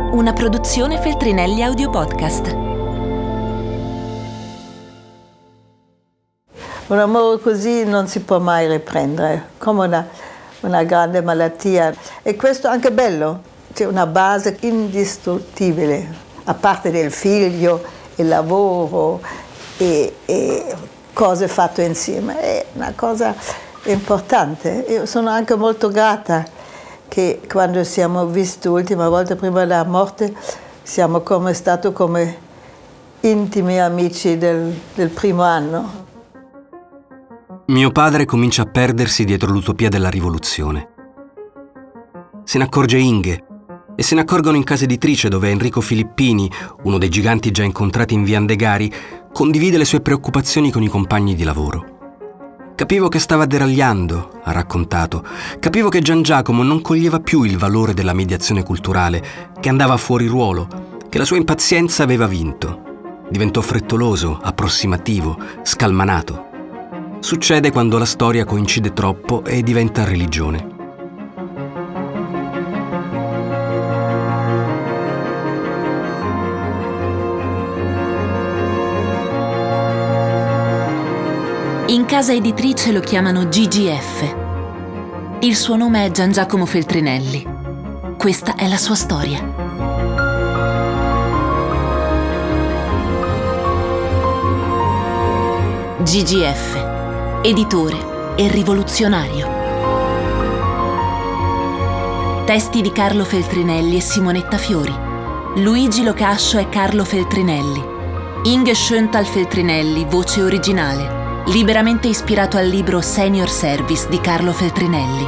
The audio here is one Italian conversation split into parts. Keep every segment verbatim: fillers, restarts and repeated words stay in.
Una produzione Feltrinelli Audio Podcast. Un amore così non si può mai riprendere, come una, una grande malattia. E questo è anche bello, c'è una base indistruttibile, a parte del figlio, il lavoro e, e cose fatte insieme. È una cosa importante. Io sono anche molto grata che quando siamo visti l'ultima volta prima della morte siamo come stato come intimi amici del, del primo anno. Mio padre comincia a perdersi dietro l'utopia della rivoluzione. Se ne accorge Inge e se ne accorgono in casa editrice dove Enrico Filippini, uno dei giganti già incontrati in via Andegari, condivide le sue preoccupazioni con i compagni di lavoro. Capivo che stava deragliando, ha raccontato. Capivo che Gian Giacomo non coglieva più il valore della mediazione culturale, che andava fuori ruolo, che la sua impazienza aveva vinto. Diventò frettoloso, approssimativo, scalmanato. Succede quando la storia coincide troppo e diventa religione. In casa editrice lo chiamano G G F. Il suo nome è Gian Giacomo Feltrinelli. Questa è la sua storia. G G F, editore e rivoluzionario. Testi di Carlo Feltrinelli e Simonetta Fiori. Luigi Locascio e Carlo Feltrinelli. Inge Schöntal Feltrinelli, voce originale. Liberamente ispirato al libro Senior Service di Carlo Feltrinelli.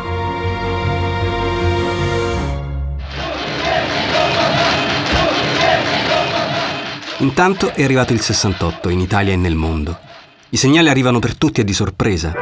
Intanto è arrivato il sessantotto in Italia e nel mondo. I segnali arrivano per tutti e di sorpresa.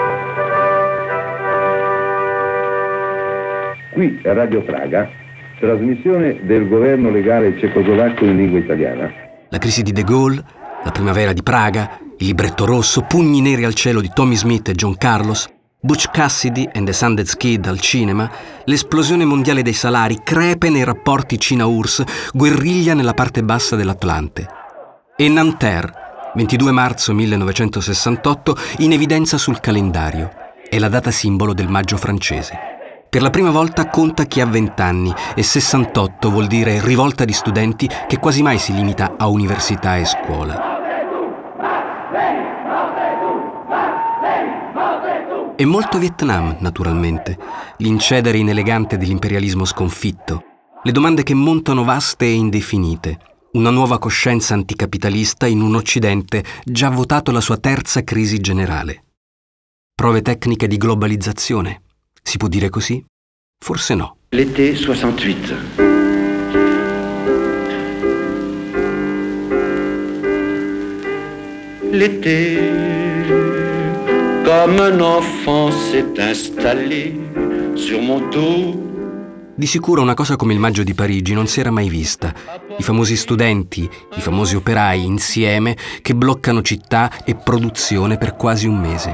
Qui a Radio Praga, trasmissione del governo legale cecoslovacco in lingua italiana. La crisi di De Gaulle, la primavera di Praga, il libretto rosso, Pugni neri al cielo di Tommy Smith e John Carlos, Butch Cassidy and the Sundance Kid al cinema, l'esplosione mondiale dei salari, crepe nei rapporti Cina-U R S S, guerriglia nella parte bassa dell'Atlante. E Nanterre, ventidue marzo millenovecentosessantotto, in evidenza sul calendario. È la data simbolo del maggio francese. Per la prima volta conta chi ha vent'anni e sessantotto vuol dire rivolta di studenti che quasi mai si limita a università e scuola. E molto Vietnam, naturalmente, l'incedere inelegante dell'imperialismo sconfitto, le domande che montano vaste e indefinite, una nuova coscienza anticapitalista in un Occidente già votato la sua terza crisi generale. Prove tecniche di globalizzazione, si può dire così? Forse no. L'été soixante-huit. L'été, comme un enfant s'est installé sur mon dos. Di sicuro una cosa come il maggio di Parigi non si era mai vista. I famosi studenti, i famosi operai insieme che bloccano città e produzione per quasi un mese.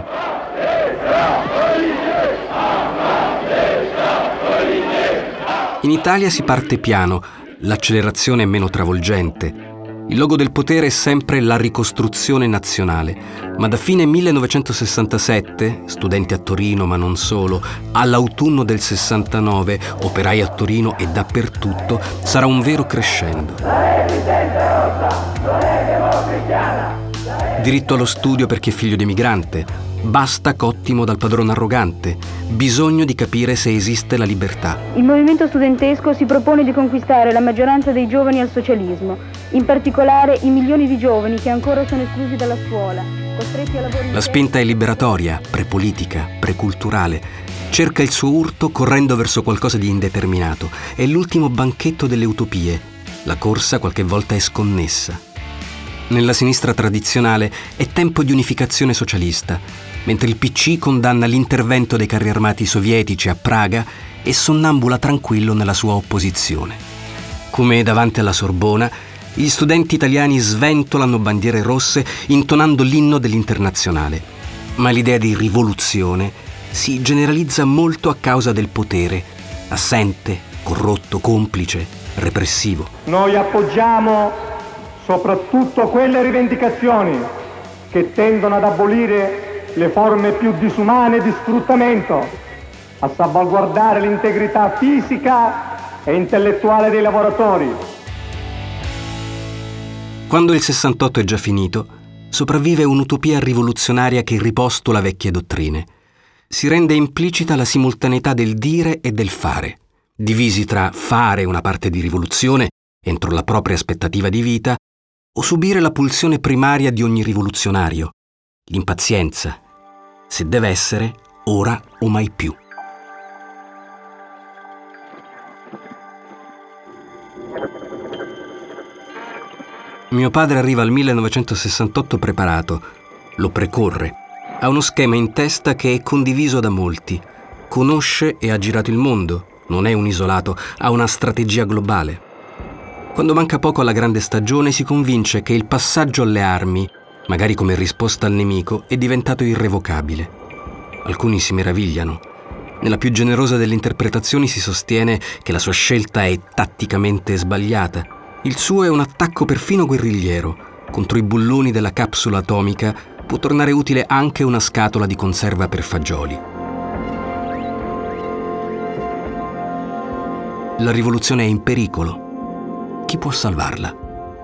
In Italia si parte piano, l'accelerazione è meno travolgente. Il logo del potere è sempre la ricostruzione nazionale, ma da fine millenovecentosessantasette, studenti a Torino ma non solo, all'autunno del sessantanove, operai a Torino e dappertutto, sarà un vero crescendo. Diritto allo studio per chi è figlio di emigrante, basta cottimo dal padrone arrogante, bisogno di capire se esiste la libertà. Il movimento studentesco si propone di conquistare la maggioranza dei giovani al socialismo, in particolare i milioni di giovani che ancora sono esclusi dalla scuola, costretti a lavori. La spinta è liberatoria, prepolitica, preculturale. Cerca il suo urto correndo verso qualcosa di indeterminato. È l'ultimo banchetto delle utopie. La corsa qualche volta è sconnessa. Nella sinistra tradizionale è tempo di unificazione socialista, mentre il P C condanna l'intervento dei carri armati sovietici a Praga e sonnambula tranquillo nella sua opposizione. Come davanti alla Sorbona, gli studenti italiani sventolano bandiere rosse intonando l'inno dell'Internazionale. Ma l'idea di rivoluzione si generalizza molto a causa del potere, assente, corrotto, complice, repressivo. Noi appoggiamo soprattutto quelle rivendicazioni che tendono ad abolire le forme più disumane di sfruttamento, a salvaguardare l'integrità fisica e intellettuale dei lavoratori. Quando il sessantotto è già finito, sopravvive un'utopia rivoluzionaria che ripostola vecchie dottrine. Si rende implicita la simultaneità del dire e del fare, divisi tra fare una parte di rivoluzione entro la propria aspettativa di vita o subire la pulsione primaria di ogni rivoluzionario, l'impazienza, se deve essere ora o mai più. Mio padre arriva al millenovecentosessantotto preparato, lo precorre, ha uno schema in testa che è condiviso da molti, conosce e ha girato il mondo, non è un isolato, ha una strategia globale. Quando manca poco alla grande stagione si convince che il passaggio alle armi, magari come risposta al nemico, è diventato irrevocabile. Alcuni si meravigliano. Nella più generosa delle interpretazioni si sostiene che la sua scelta è tatticamente sbagliata. Il suo è un attacco perfino guerrigliero. Contro i bulloni della capsula atomica può tornare utile anche una scatola di conserva per fagioli. La rivoluzione è in pericolo. Chi può salvarla?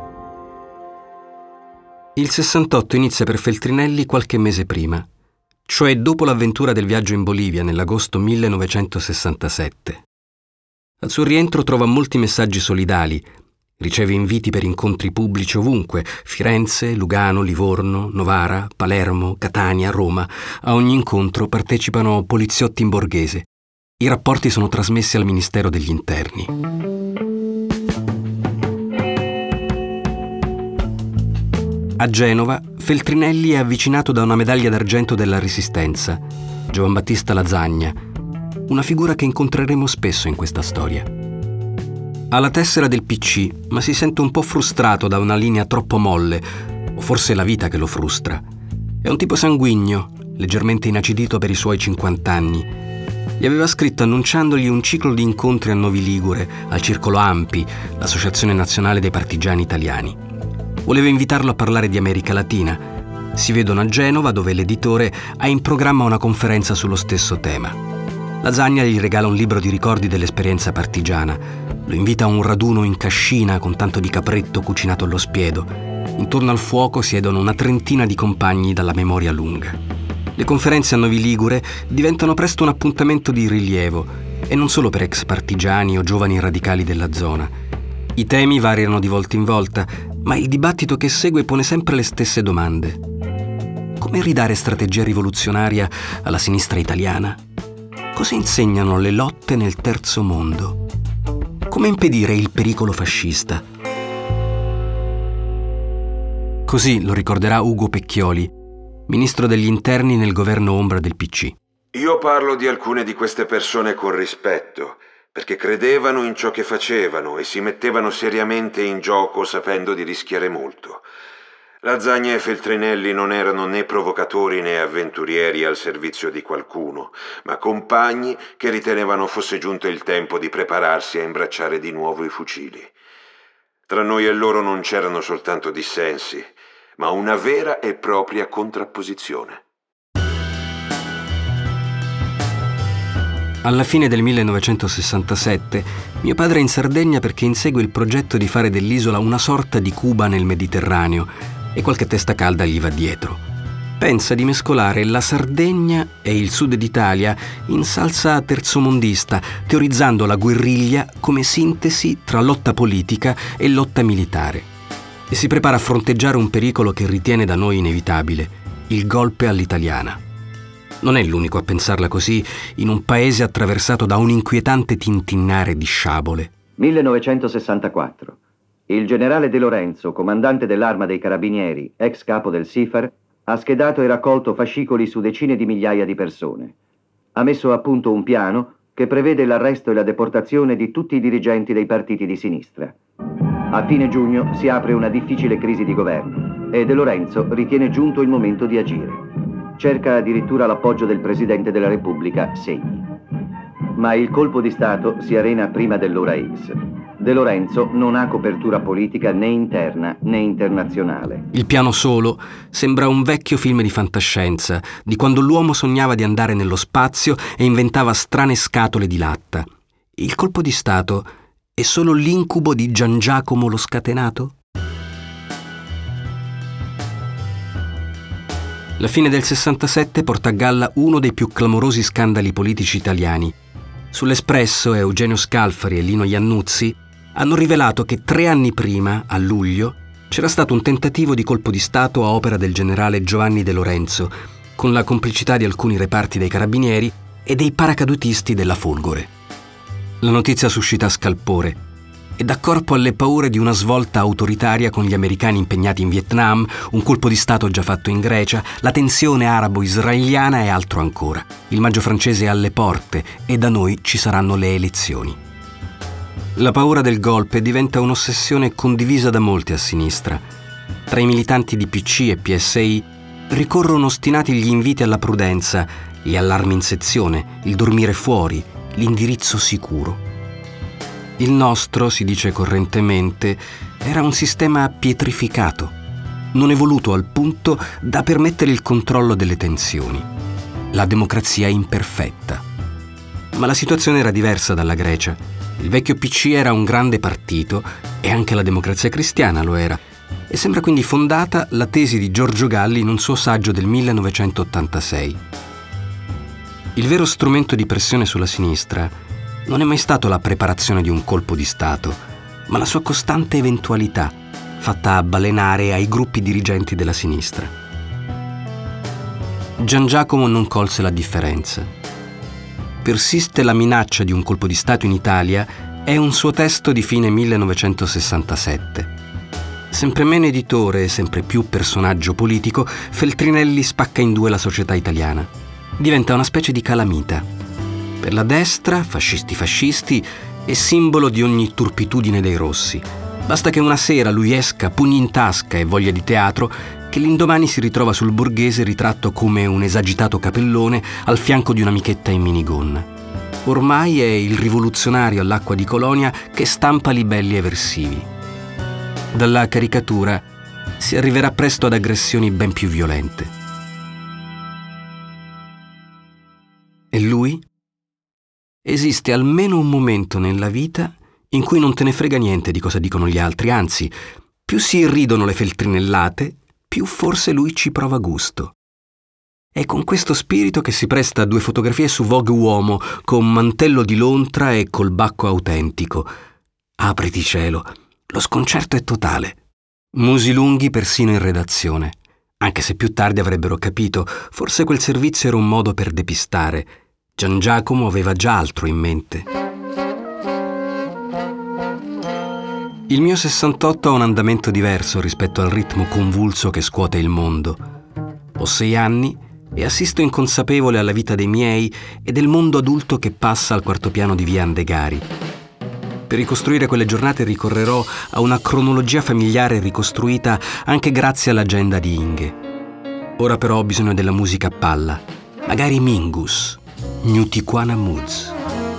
Il sessantotto inizia per Feltrinelli qualche mese prima, cioè dopo l'avventura del viaggio in Bolivia nell'agosto millenovecentosessantasette. Al suo rientro trova molti messaggi solidali, riceve inviti per incontri pubblici ovunque: Firenze, Lugano, Livorno, Novara, Palermo, Catania, Roma. A ogni incontro partecipano poliziotti in borghese. I rapporti sono trasmessi al Ministero degli Interni. A Genova, Feltrinelli è avvicinato da una medaglia d'argento della Resistenza, Giovan Battista Lasagna, una figura che incontreremo spesso in questa storia. Ha la tessera del P C, ma si sente un po' frustrato da una linea troppo molle, o forse è la vita che lo frustra. È un tipo sanguigno, leggermente inacidito per i suoi cinquanta anni. Gli aveva scritto annunciandogli un ciclo di incontri a Novi Ligure, al Circolo ANPI, l'Associazione Nazionale dei Partigiani Italiani. Voleva invitarlo a parlare di America Latina. Si vedono a Genova, dove l'editore ha in programma una conferenza sullo stesso tema. Lasagna gli regala un libro di ricordi dell'esperienza partigiana. Lo invita a un raduno in cascina con tanto di capretto cucinato allo spiedo. Intorno al fuoco siedono una trentina di compagni dalla memoria lunga. Le conferenze a Novi Ligure diventano presto un appuntamento di rilievo, e non solo per ex partigiani o giovani radicali della zona. I temi variano di volta in volta, ma il dibattito che segue pone sempre le stesse domande. Come ridare strategia rivoluzionaria alla sinistra italiana? Cosa insegnano le lotte nel terzo mondo? Come impedire il pericolo fascista? Così lo ricorderà Ugo Pecchioli, ministro degli interni nel governo ombra del P C. Io parlo di alcune di queste persone con rispetto, perché credevano in ciò che facevano e si mettevano seriamente in gioco sapendo di rischiare molto. Lasagna e Feltrinelli non erano né provocatori né avventurieri al servizio di qualcuno, ma compagni che ritenevano fosse giunto il tempo di prepararsi a imbracciare di nuovo i fucili. Tra noi e loro non c'erano soltanto dissensi, ma una vera e propria contrapposizione. Alla fine del millenovecentosessantasette, mio padre è in Sardegna perché insegue il progetto di fare dell'isola una sorta di Cuba nel Mediterraneo, e qualche testa calda gli va dietro. Pensa di mescolare la Sardegna e il sud d'Italia in salsa terzomondista, teorizzando la guerriglia come sintesi tra lotta politica e lotta militare. E si prepara a fronteggiare un pericolo che ritiene da noi inevitabile: il golpe all'italiana. Non è l'unico a pensarla così in un paese attraversato da un inquietante tintinnare di sciabole. millenovecentosessantaquattro. Il generale De Lorenzo, comandante dell'Arma dei Carabinieri, ex capo del SIFAR, ha schedato e raccolto fascicoli su decine di migliaia di persone. Ha messo a punto un piano che prevede l'arresto e la deportazione di tutti i dirigenti dei partiti di sinistra. A fine giugno si apre una difficile crisi di governo e De Lorenzo ritiene giunto il momento di agire. Cerca addirittura l'appoggio del Presidente della Repubblica, Segni. Ma il colpo di Stato si arena prima dell'ora X. De Lorenzo non ha copertura politica né interna né internazionale. Il piano solo sembra un vecchio film di fantascienza, di quando l'uomo sognava di andare nello spazio e inventava strane scatole di latta. Il colpo di Stato è solo l'incubo di Gian Giacomo lo Scatenato? La fine del sessantasette porta a galla uno dei più clamorosi scandali politici italiani. Sull'Espresso Eugenio Scalfari e Lino Iannuzzi hanno rivelato che tre anni prima, a luglio, c'era stato un tentativo di colpo di Stato a opera del generale Giovanni De Lorenzo, con la complicità di alcuni reparti dei carabinieri e dei paracadutisti della Folgore. La notizia suscita scalpore e dà corpo alle paure di una svolta autoritaria con gli americani impegnati in Vietnam, un colpo di Stato già fatto in Grecia, la tensione arabo-israeliana e altro ancora. Il maggio francese è alle porte e da noi ci saranno le elezioni. La paura del golpe diventa un'ossessione condivisa da molti a sinistra. Tra i militanti di P C e P S I ricorrono ostinati gli inviti alla prudenza, gli allarmi in sezione, il dormire fuori, l'indirizzo sicuro. Il nostro, si dice correntemente, era un sistema pietrificato, non evoluto al punto da permettere il controllo delle tensioni. La democrazia imperfetta. Ma la situazione era diversa dalla Grecia. Il vecchio P C era un grande partito e anche la Democrazia Cristiana lo era. E sembra quindi fondata la tesi di Giorgio Galli in un suo saggio del millenovecentottantasei. Il vero strumento di pressione sulla sinistra non è mai stato la preparazione di un colpo di Stato, ma la sua costante eventualità, fatta avbalenare ai gruppi dirigenti della sinistra. Gian Giacomo non colse la differenza. Persiste la minaccia di un colpo di Stato in Italia è un suo testo di fine millenovecentosessantasette. Sempre meno editore e sempre più personaggio politico, Feltrinelli spacca in due la società italiana. Diventa una specie di calamita. Per la destra, fascisti fascisti, è simbolo di ogni turpitudine dei rossi. Basta che una sera lui esca, pugni in tasca e voglia di teatro, che l'indomani si ritrova sul Borghese ritratto come un esagitato capellone al fianco di un'amichetta in minigonna. Ormai è il rivoluzionario all'acqua di colonia che stampa libelli eversivi. Dalla caricatura si arriverà presto ad aggressioni ben più violente. E lui? Esiste almeno un momento nella vita in cui non te ne frega niente di cosa dicono gli altri, anzi, più si irridono le feltrinellate, più forse lui ci prova gusto. È con questo spirito che si presta a due fotografie su Vogue Uomo, con mantello di lontra e col bacco autentico. Apriti cielo, lo sconcerto è totale. Musi lunghi persino in redazione, anche se più tardi avrebbero capito, forse quel servizio era un modo per depistare. Gian Giacomo aveva già altro in mente. Il mio sessantotto ha un andamento diverso rispetto al ritmo convulso che scuote il mondo. Ho sei anni e assisto inconsapevole alla vita dei miei e del mondo adulto che passa al quarto piano di via Andegari. Per ricostruire quelle giornate ricorrerò a una cronologia familiare ricostruita anche grazie all'agenda di Inge. Ora però ho bisogno della musica a palla, magari Mingus, New Tijuana Moods.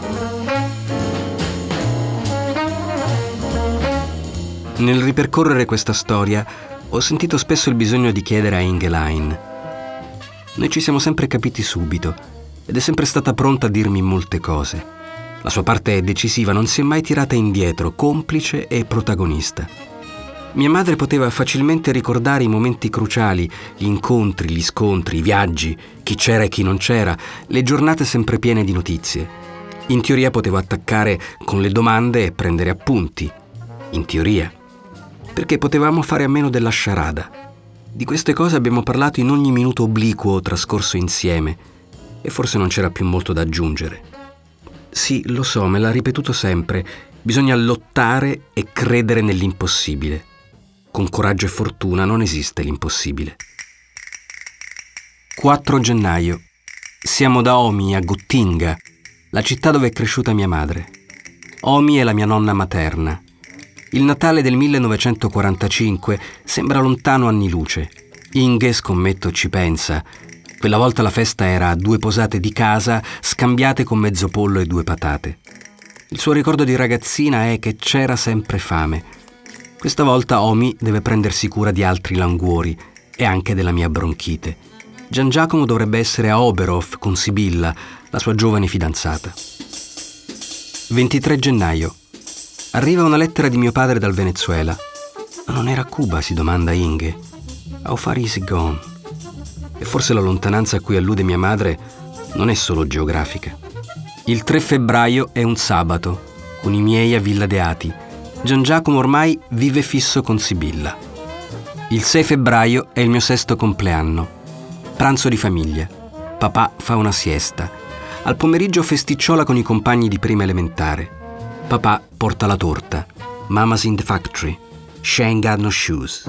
Nel ripercorrere questa storia ho sentito spesso il bisogno di chiedere a Inge Lain. Noi ci siamo sempre capiti subito ed è sempre stata pronta a dirmi molte cose. La sua parte decisiva non si è mai tirata indietro, complice e protagonista. Mia madre poteva facilmente ricordare i momenti cruciali, gli incontri, gli scontri, i viaggi, chi c'era e chi non c'era, le giornate sempre piene di notizie. In teoria potevo attaccare con le domande e prendere appunti. In teoria. Perché potevamo fare a meno della sciarada. Di queste cose abbiamo parlato in ogni minuto obliquo trascorso insieme e forse non c'era più molto da aggiungere. Sì, lo so, me l'ha ripetuto sempre, bisogna lottare e credere nell'impossibile. Con coraggio e fortuna non esiste l'impossibile. quattro gennaio. Siamo da Omi a Gottinga, la città dove è cresciuta mia madre. Omi è la mia nonna materna. Il Natale del millenovecentoquarantacinque sembra lontano anni luce. Inge, scommetto, ci pensa. Quella volta la festa era due posate di casa scambiate con mezzo pollo e due patate. Il suo ricordo di ragazzina è che c'era sempre fame. Questa volta Omi deve prendersi cura di altri languori e anche della mia bronchite. Gian Giacomo dovrebbe essere a Oberhof con Sibilla, la sua giovane fidanzata. ventitré gennaio. Arriva una lettera di mio padre dal Venezuela. Ma non era Cuba, si domanda Inge. How far is it gone? E forse la lontananza a cui allude mia madre non è solo geografica. Il tre febbraio è un sabato, con i miei a Villa Deati. Gian Giacomo ormai vive fisso con Sibilla. Il sei febbraio è il mio sesto compleanno. Pranzo di famiglia. Papà fa una siesta. Al pomeriggio festicciola con i compagni di prima elementare. Papà porta la torta. Mama's in the factory. She ain't got no shoes.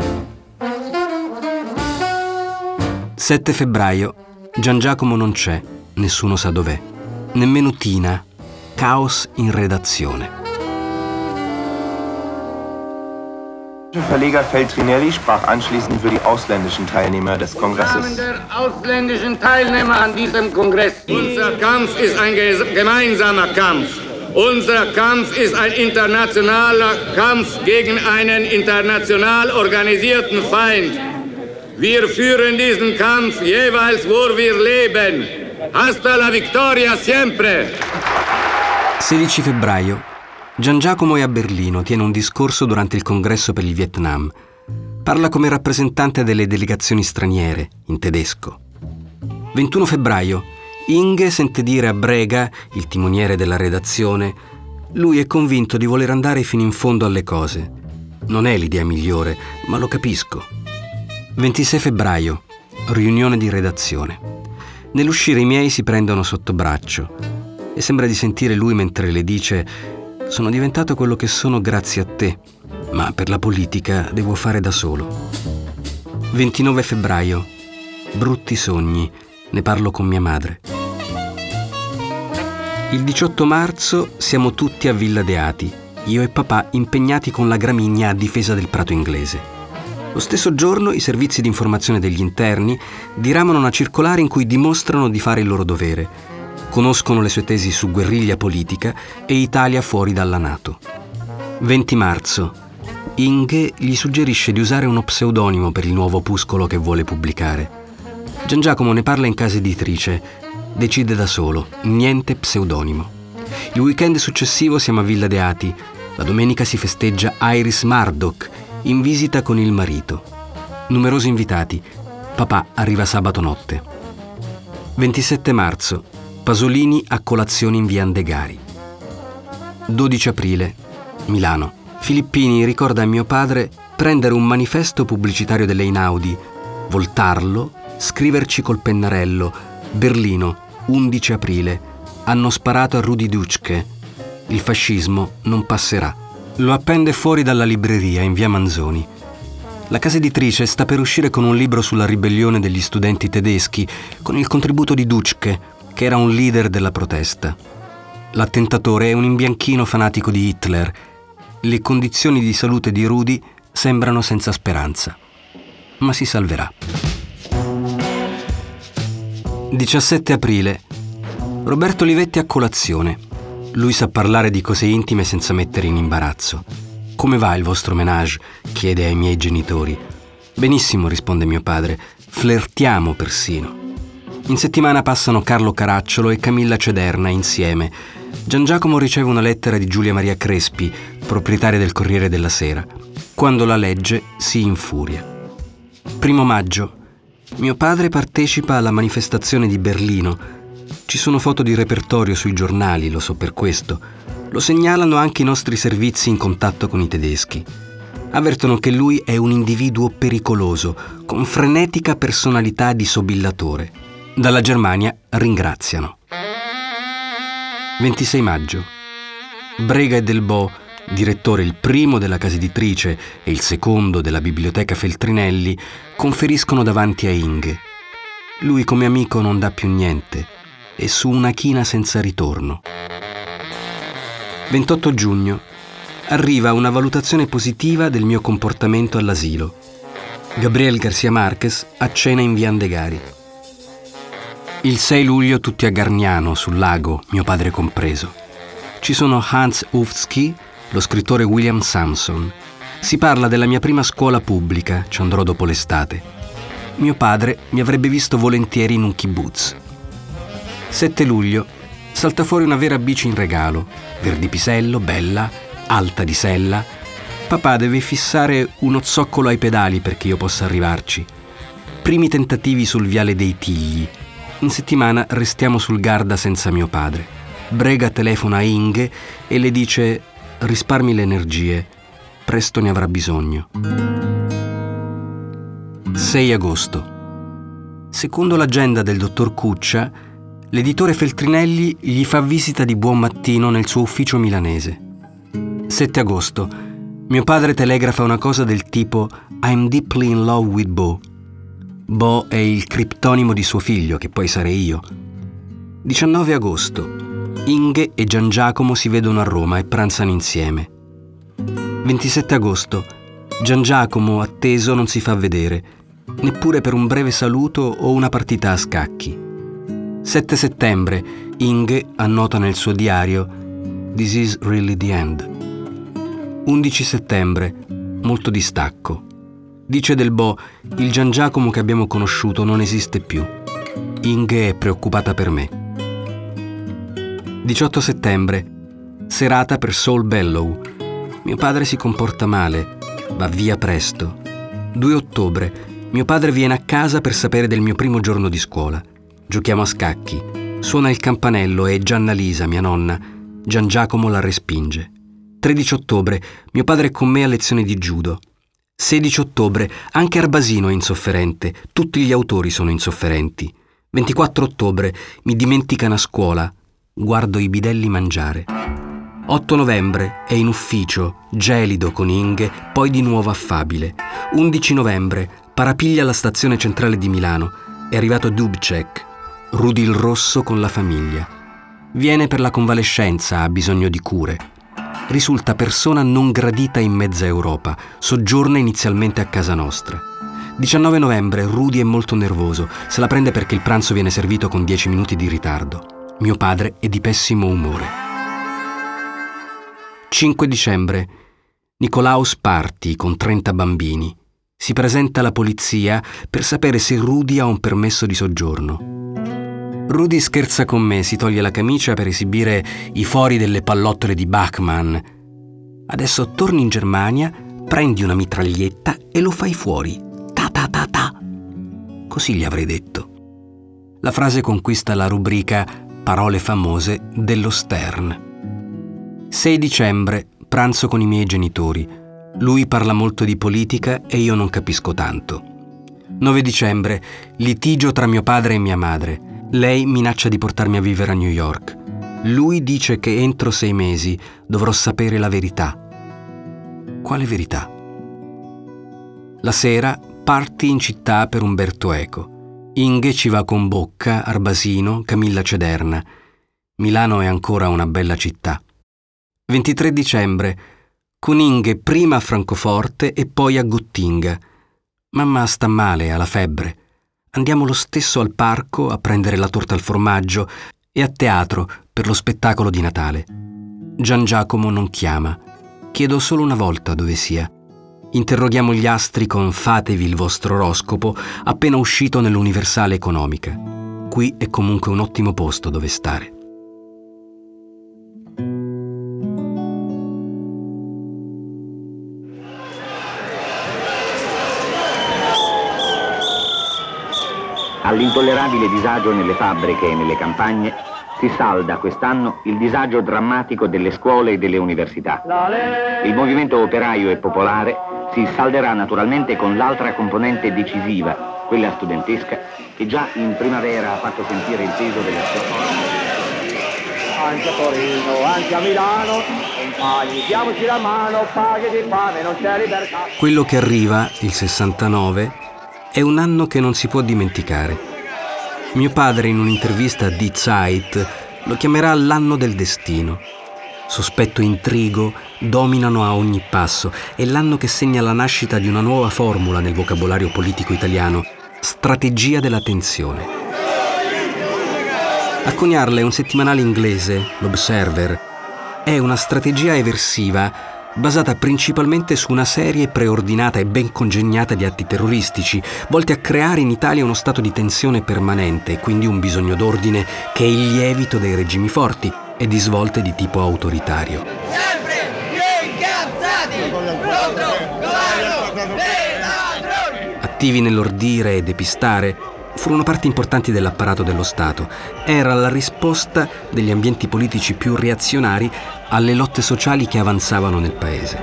sette febbraio. Gian Giacomo non c'è. Nessuno sa dov'è. Nemmeno Tina. Caos in redazione. Der Verleger Feltrinelli sprach anschließend für die ausländischen Teilnehmer des Kongresses. Im Namen der ausländischen Teilnehmer an diesem Kongress. Unser Kampf ist ein gemeinsamer Kampf. Unser Kampf ist ein internationaler Kampf gegen einen international organisierten Feind. Wir führen diesen Kampf jeweils, wo wir leben. Hasta la vittoria sempre! sedici febbraio. Gian Giacomo è a Berlino, tiene un discorso durante il congresso per il Vietnam. Parla come rappresentante delle delegazioni straniere, in tedesco. ventuno febbraio. Inge sente dire a Brega, il timoniere della redazione, lui è convinto di voler andare fino in fondo alle cose. Non è l'idea migliore, ma lo capisco. ventisei febbraio. Riunione di redazione. Nell'uscire i miei si prendono sotto braccio e sembra di sentire lui mentre le dice: sono diventato quello che sono grazie a te, ma per la politica devo fare da solo. ventinove febbraio. Brutti sogni, ne parlo con mia madre. Il diciotto marzo siamo tutti a Villa Deati, io e papà impegnati con la gramigna a difesa del prato inglese. Lo stesso giorno i servizi di informazione degli interni diramano una circolare in cui dimostrano di fare il loro dovere. Conoscono le sue tesi su guerriglia politica e Italia fuori dalla NATO. venti marzo. Inge gli suggerisce di usare uno pseudonimo per il nuovo opuscolo che vuole pubblicare. Gian Giacomo ne parla in casa editrice. Decide da solo, niente pseudonimo. Il weekend successivo siamo a Villa Deati. La domenica si festeggia Iris Murdoch, in visita con il marito. Numerosi invitati. Papà arriva sabato notte. ventisette marzo. Pasolini a colazione in via Andegari. dodici aprile. Milano. Filippini ricorda a mio padre prendere un manifesto pubblicitario dell'Einaudi, voltarlo, scriverci col pennarello: Berlino, undici aprile. Hanno sparato a Rudi Dutschke. Il fascismo non passerà. Lo appende fuori dalla libreria in via Manzoni. La casa editrice sta per uscire con un libro sulla ribellione degli studenti tedeschi, con il contributo di Dutschke, che era un leader della protesta. L'attentatore è un imbianchino fanatico di Hitler. Le condizioni di salute di Rudi sembrano senza speranza, ma si salverà. diciassette aprile. Roberto Olivetti a colazione. Lui sa parlare di cose intime senza mettere in imbarazzo. Come va il vostro ménage? Chiede ai miei genitori. Benissimo, risponde mio padre. Flirtiamo persino. In settimana passano Carlo Caracciolo e Camilla Cederna insieme. Gian Giacomo riceve una lettera di Giulia Maria Crespi, proprietaria del Corriere della Sera. Quando la legge si infuria. Primo maggio. Mio padre partecipa alla manifestazione di Berlino. Ci sono foto di repertorio sui giornali, lo so per questo. Lo segnalano anche i nostri servizi in contatto con i tedeschi. Avvertono che lui è un individuo pericoloso, con frenetica personalità di sobillatore. Dalla Germania ringraziano. ventisei maggio. Brega e Delbo, direttore il primo della casa editrice e il secondo della biblioteca Feltrinelli, conferiscono davanti a Inge. Lui come amico non dà più niente, è su una china senza ritorno. ventotto giugno. Arriva una valutazione positiva del mio comportamento all'asilo. Gabriel García Márquez a cena in via Andegari. Il sei luglio tutti a Gargnano, sul lago, mio padre compreso. Ci sono Hans Ufsky, lo scrittore William Samson. Si parla della mia prima scuola pubblica, ci andrò dopo l'estate. Mio padre mi avrebbe visto volentieri in un kibbutz. sette luglio, salta fuori una vera bici in regalo, verdipisello, bella, alta di sella. Papà deve fissare uno zoccolo ai pedali perché io possa arrivarci. Primi tentativi sul viale dei Tigli. In settimana restiamo sul Garda senza mio padre. Brega telefona a Inge e le dice: risparmi le energie, presto ne avrà bisogno. sei agosto. Secondo l'agenda del dottor Cuccia, l'editore Feltrinelli gli fa visita di buon mattino nel suo ufficio milanese. sette agosto. Mio padre telegrafa una cosa del tipo I'm deeply in love with Bo. Bo è il criptonimo di suo figlio, che poi sarei io. diciannove agosto. Inge e Gian Giacomo si vedono a Roma e pranzano insieme. ventisette agosto. Gian Giacomo, atteso, non si fa vedere, neppure per un breve saluto o una partita a scacchi. sette settembre. Inge annota nel suo diario This is really the end. undici settembre. Molto distacco. Dice del Bo: il Gian Giacomo che abbiamo conosciuto non esiste più. Inge è preoccupata per me. diciotto settembre. Serata per Saul Bellow. Mio padre si comporta male, va via presto. due ottobre. Mio padre viene a casa per sapere del mio primo giorno di scuola. Giochiamo a scacchi. Suona il campanello e Gianna Lisa, mia nonna. Gian Giacomo la respinge. tredici ottobre. Mio padre è con me a lezione di judo. sedici ottobre. Anche Arbasino è insofferente. Tutti gli autori sono insofferenti. ventiquattro ottobre. Mi dimenticano a scuola. Guardo i bidelli mangiare. otto novembre. È in ufficio, gelido con Inge, poi di nuovo affabile. undici novembre. Parapiglia alla stazione centrale di Milano. È arrivato Dubček. Rudy il Rosso con la famiglia. Viene per la convalescenza, ha bisogno di cure. Risulta persona non gradita in mezza Europa. Soggiorna inizialmente a casa nostra. diciannove novembre. Rudy è molto nervoso. Se la prende perché il pranzo viene servito con dieci minuti di ritardo. Mio padre è di pessimo umore. cinque dicembre. Nicolaus Parti con trenta bambini. Si presenta alla polizia per sapere se Rudy ha un permesso di soggiorno. Rudy scherza con me, si toglie la camicia per esibire i fori delle pallottole di Bachmann. Adesso torni in Germania, prendi una mitraglietta e lo fai fuori. Ta ta ta ta. Così gli avrei detto. La frase conquista la rubrica Parole famose dello Stern. sei dicembre. Pranzo con i miei genitori. Lui parla molto di politica e io non capisco tanto. nove dicembre. Litigio tra mio padre e mia madre. Lei minaccia di portarmi a vivere a New York. Lui dice che entro sei mesi dovrò sapere la verità. Quale verità? La sera parti in città per Umberto Eco. Inge ci va con Bocca, Arbasino, Camilla Cederna. Milano è ancora una bella città. ventitré dicembre. Con Inge prima a Francoforte e poi a Gottinga. Mamma sta male, ha la febbre. Andiamo lo stesso al parco a prendere la torta al formaggio e a teatro per lo spettacolo di Natale. Gian Giacomo non chiama. Chiedo solo una volta dove sia. Interroghiamo gli astri con Fatevi il vostro oroscopo, appena uscito nell'Universale Economica. Qui è comunque un ottimo posto dove stare. All'intollerabile disagio nelle fabbriche e nelle campagne si salda quest'anno il disagio drammatico delle scuole e delle università. Il movimento operaio e popolare si salderà naturalmente con l'altra componente decisiva, quella studentesca, che già in primavera ha fatto sentire il peso della sua forza. Anche a Torino, anche a Milano, compagni, diamoci la mano, paghi di fame, non c'è libertà. Quello che arriva, il sessantanove, è un anno che non si può dimenticare. Mio padre in un'intervista a Die Zeit lo chiamerà l'anno del destino. Sospetto e intrigo dominano a ogni passo. È l'anno che segna la nascita di una nuova formula nel vocabolario politico italiano: strategia della tensione. A coniarla è un settimanale inglese, l'Observer. è una strategia eversiva basata principalmente su una serie preordinata e ben congegnata di atti terroristici, volti a creare in Italia uno stato di tensione permanente e quindi un bisogno d'ordine che è il lievito dei regimi forti e di svolte di tipo autoritario. Sempre più incazzati contro il governo dei ladroni! Attivi nell'ordire e depistare, furono parti importanti dell'apparato dello Stato. Era la risposta degli ambienti politici più reazionari alle lotte sociali che avanzavano nel paese.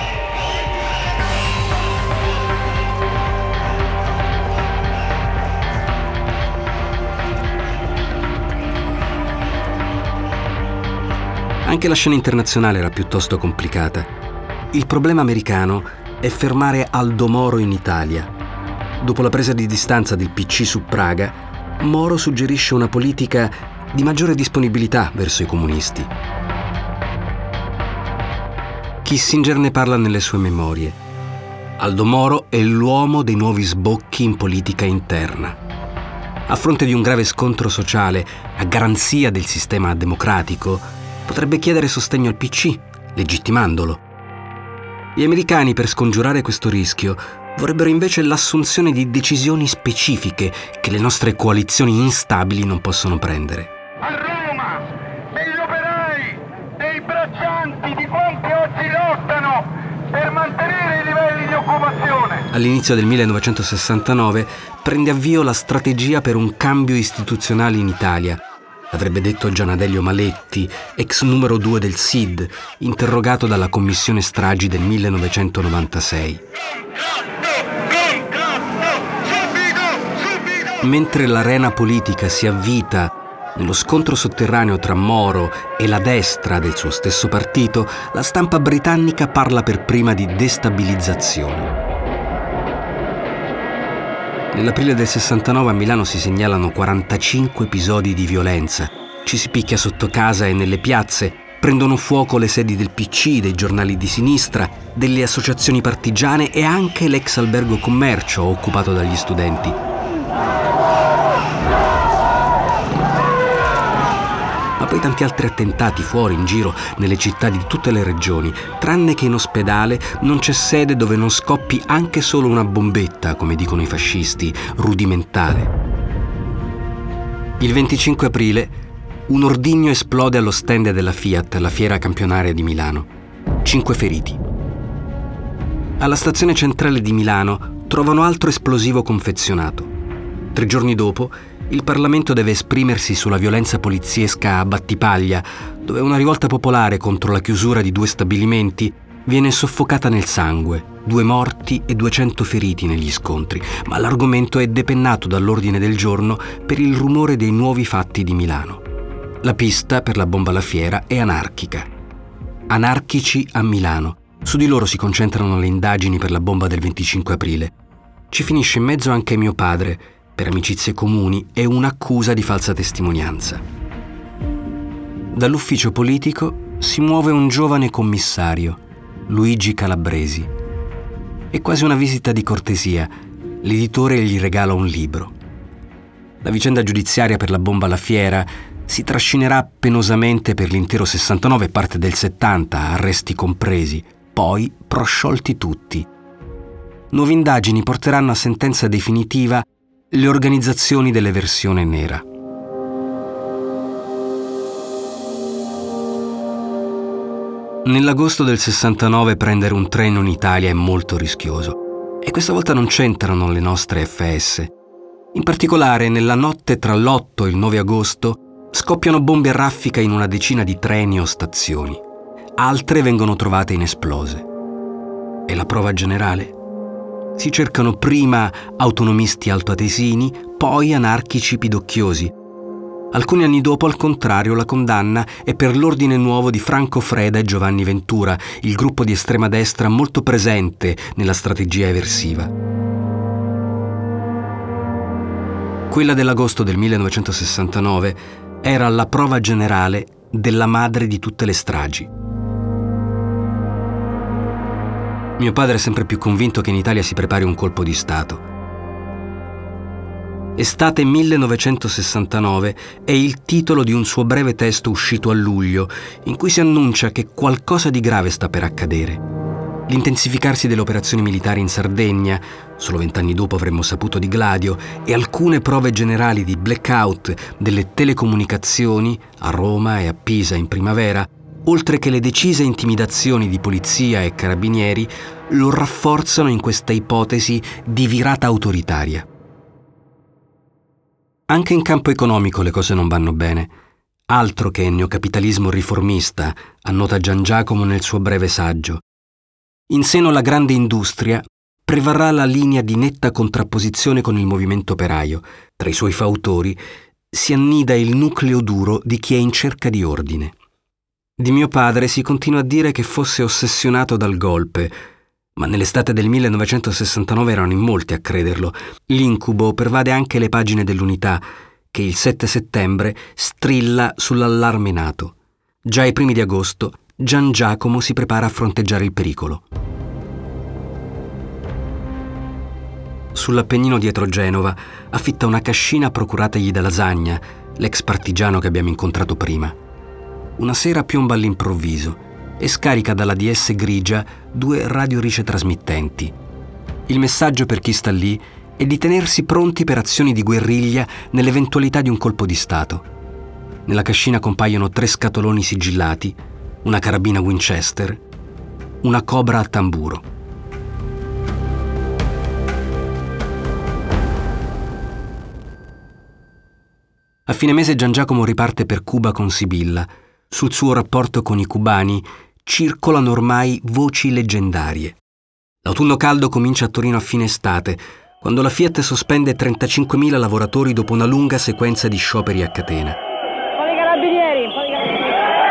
Anche la scena internazionale era piuttosto complicata. Il problema americano è fermare Aldo Moro in Italia. Dopo la presa di distanza del P C su Praga, Moro suggerisce una politica di maggiore disponibilità verso i comunisti. Kissinger ne parla nelle sue memorie. Aldo Moro è l'uomo dei nuovi sbocchi in politica interna. A fronte di un grave scontro sociale, a garanzia del sistema democratico, potrebbe chiedere sostegno al P C, legittimandolo. Gli americani, per scongiurare questo rischio, vorrebbero invece l'assunzione di decisioni specifiche che le nostre coalizioni instabili non possono prendere. A Roma, degli operai, dei braccianti, di quanti oggi lottano per mantenere i livelli di occupazione. All'inizio del millenovecentosessantanove prende avvio la strategia per un cambio istituzionale in Italia. Avrebbe detto Gianadelio Maletti, ex numero due del S I D, interrogato dalla Commissione Stragi del millenovecentonovantasei. Mentre l'arena politica si avvita nello scontro sotterraneo tra Moro e la destra del suo stesso partito, la stampa britannica parla per prima di destabilizzazione. Nell'aprile del sessantanove a Milano si segnalano quarantacinque episodi di violenza. Ci si picchia sotto casa e nelle piazze, prendono fuoco le sedi del P C, dei giornali di sinistra, delle associazioni partigiane e anche l'ex albergo Commercio occupato dagli studenti. Ma poi tanti altri attentati fuori, in giro, nelle città di tutte le regioni, tranne che in ospedale non c'è sede dove non scoppi anche solo una bombetta, come dicono i fascisti, rudimentale. Il venticinque aprile un ordigno esplode allo stand della Fiat, alla fiera campionaria di Milano. Cinque feriti. Alla stazione centrale di Milano trovano altro esplosivo confezionato. Tre giorni dopo il Parlamento deve esprimersi sulla violenza poliziesca a Battipaglia, dove una rivolta popolare contro la chiusura di due stabilimenti viene soffocata nel sangue, due morti e duecento feriti negli scontri, ma l'argomento è depennato dall'ordine del giorno per il rumore dei nuovi fatti di Milano. La pista per la bomba alla fiera è anarchica. Anarchici a Milano. Su di loro si concentrano le indagini per la bomba del venticinque aprile. Ci finisce in mezzo anche mio padre, per amicizie comuni e un'accusa di falsa testimonianza. Dall'ufficio politico si muove un giovane commissario, Luigi Calabresi. È quasi una visita di cortesia. L'editore gli regala un libro. La vicenda giudiziaria per la bomba alla fiera si trascinerà penosamente per l'intero sessantanove e parte del settanta, arresti compresi, poi prosciolti tutti. Nuove indagini porteranno a sentenza definitiva le organizzazioni dell'eversione nera. Nell'agosto del sessantanove prendere un treno in Italia è molto rischioso e questa volta non c'entrano le nostre F S. In particolare, nella notte tra l'otto e il nove agosto scoppiano bombe a raffica in una decina di treni o stazioni. Altre vengono trovate inesplose. E la prova generale? Si cercano prima autonomisti altoatesini, poi anarchici pidocchiosi. Alcuni anni dopo, al contrario, la condanna è per l'ordine nuovo di Franco Freda e Giovanni Ventura, il gruppo di estrema destra molto presente nella strategia eversiva. Quella dell'agosto del millenovecentosessantanove era la prova generale della madre di tutte le stragi. Mio padre è sempre più convinto che in Italia si prepari un colpo di Stato. Estate millenovecentosessantanove è il titolo di un suo breve testo uscito a luglio, in cui si annuncia che qualcosa di grave sta per accadere. L'intensificarsi delle operazioni militari in Sardegna, solo vent'anni dopo avremmo saputo di Gladio, e alcune prove generali di blackout delle telecomunicazioni a Roma e a Pisa in primavera, oltre che le decise intimidazioni di polizia e carabinieri, lo rafforzano in questa ipotesi di virata autoritaria. Anche in campo economico le cose non vanno bene. Altro che neocapitalismo riformista, annota Gian Giacomo nel suo breve saggio. In seno alla grande industria prevarrà la linea di netta contrapposizione con il movimento operaio. Tra i suoi fautori si annida il nucleo duro di chi è in cerca di ordine. Di mio padre si continua a dire che fosse ossessionato dal golpe, ma nell'estate del millenovecentosessantanove erano in molti a crederlo. L'incubo pervade anche le pagine dell'Unità, che il sette settembre strilla sull'allarme NATO. Già ai primi di agosto Gian Giacomo si prepara a fronteggiare il pericolo. Sull'Appennino dietro Genova affitta una cascina procurategli da Lasagna, l'ex partigiano che abbiamo incontrato prima. Una sera piomba all'improvviso e scarica dalla D S grigia due radioricetrasmittenti. Il messaggio per chi sta lì è di tenersi pronti per azioni di guerriglia nell'eventualità di un colpo di Stato. Nella cascina compaiono tre scatoloni sigillati, una carabina Winchester, una Cobra a tamburo. A fine mese Gian Giacomo riparte per Cuba con Sibilla. Sul suo rapporto con i cubani circolano ormai voci leggendarie. L'autunno caldo comincia a Torino a fine estate, quando la Fiat sospende trentacinquemila lavoratori dopo una lunga sequenza di scioperi a catena. Con i carabinieri, con i carabinieri.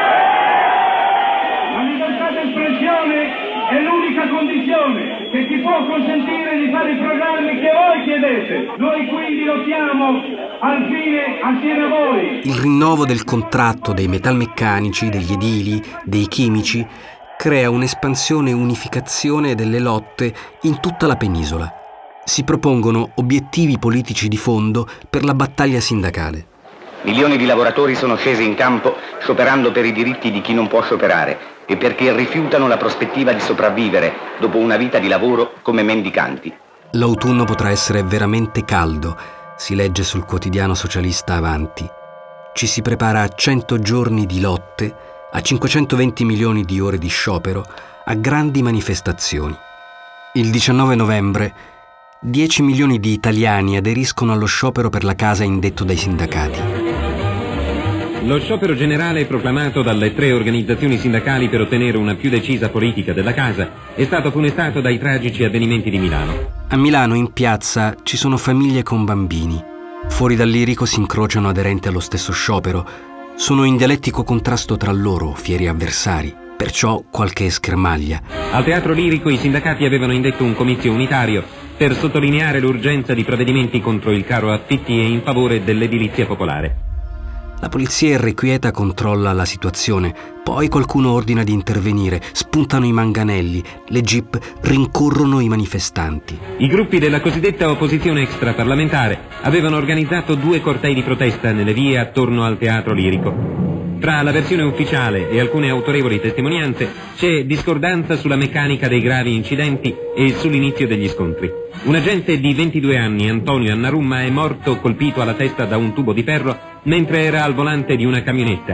La libertà d'espressione è l'unica condizione che ti può consentire di fare i programmi che voi chiedete. Noi quindi lottiamo al fine assieme a voi. Il rinnovo del contratto dei metalmeccanici, degli edili, dei chimici crea un'espansione e unificazione delle lotte in tutta la penisola. Si propongono obiettivi politici di fondo per la battaglia sindacale. Milioni di lavoratori sono scesi in campo scioperando per i diritti di chi non può scioperare e perché rifiutano la prospettiva di sopravvivere dopo una vita di lavoro come mendicanti. L'autunno potrà essere veramente caldo, si legge sul quotidiano socialista Avanti. Ci si prepara a cento giorni di lotte, a cinquecentoventi milioni di ore di sciopero, a grandi manifestazioni. Il diciannove novembre dieci milioni di italiani aderiscono allo sciopero per la casa indetto dai sindacati. Lo sciopero generale proclamato dalle tre organizzazioni sindacali per ottenere una più decisa politica della casa è stato funestato dai tragici avvenimenti di Milano. A Milano in piazza ci sono famiglie con bambini. Fuori dal Lirico si incrociano aderenti allo stesso sciopero. Sono in dialettico contrasto tra loro, fieri avversari, perciò qualche schermaglia. Al Teatro Lirico i sindacati avevano indetto un comizio unitario per sottolineare l'urgenza di provvedimenti contro il caro affitti e in favore dell'edilizia popolare. La polizia irrequieta controlla la situazione, poi qualcuno ordina di intervenire, spuntano i manganelli, le jeep rincorrono i manifestanti. I gruppi della cosiddetta opposizione extraparlamentare avevano organizzato due cortei di protesta nelle vie attorno al Teatro Lirico. Tra la versione ufficiale e alcune autorevoli testimonianze c'è discordanza sulla meccanica dei gravi incidenti e sull'inizio degli scontri. Un agente di ventidue anni, Antonio Annarumma, è morto colpito alla testa da un tubo di ferro mentre era al volante di una camionetta.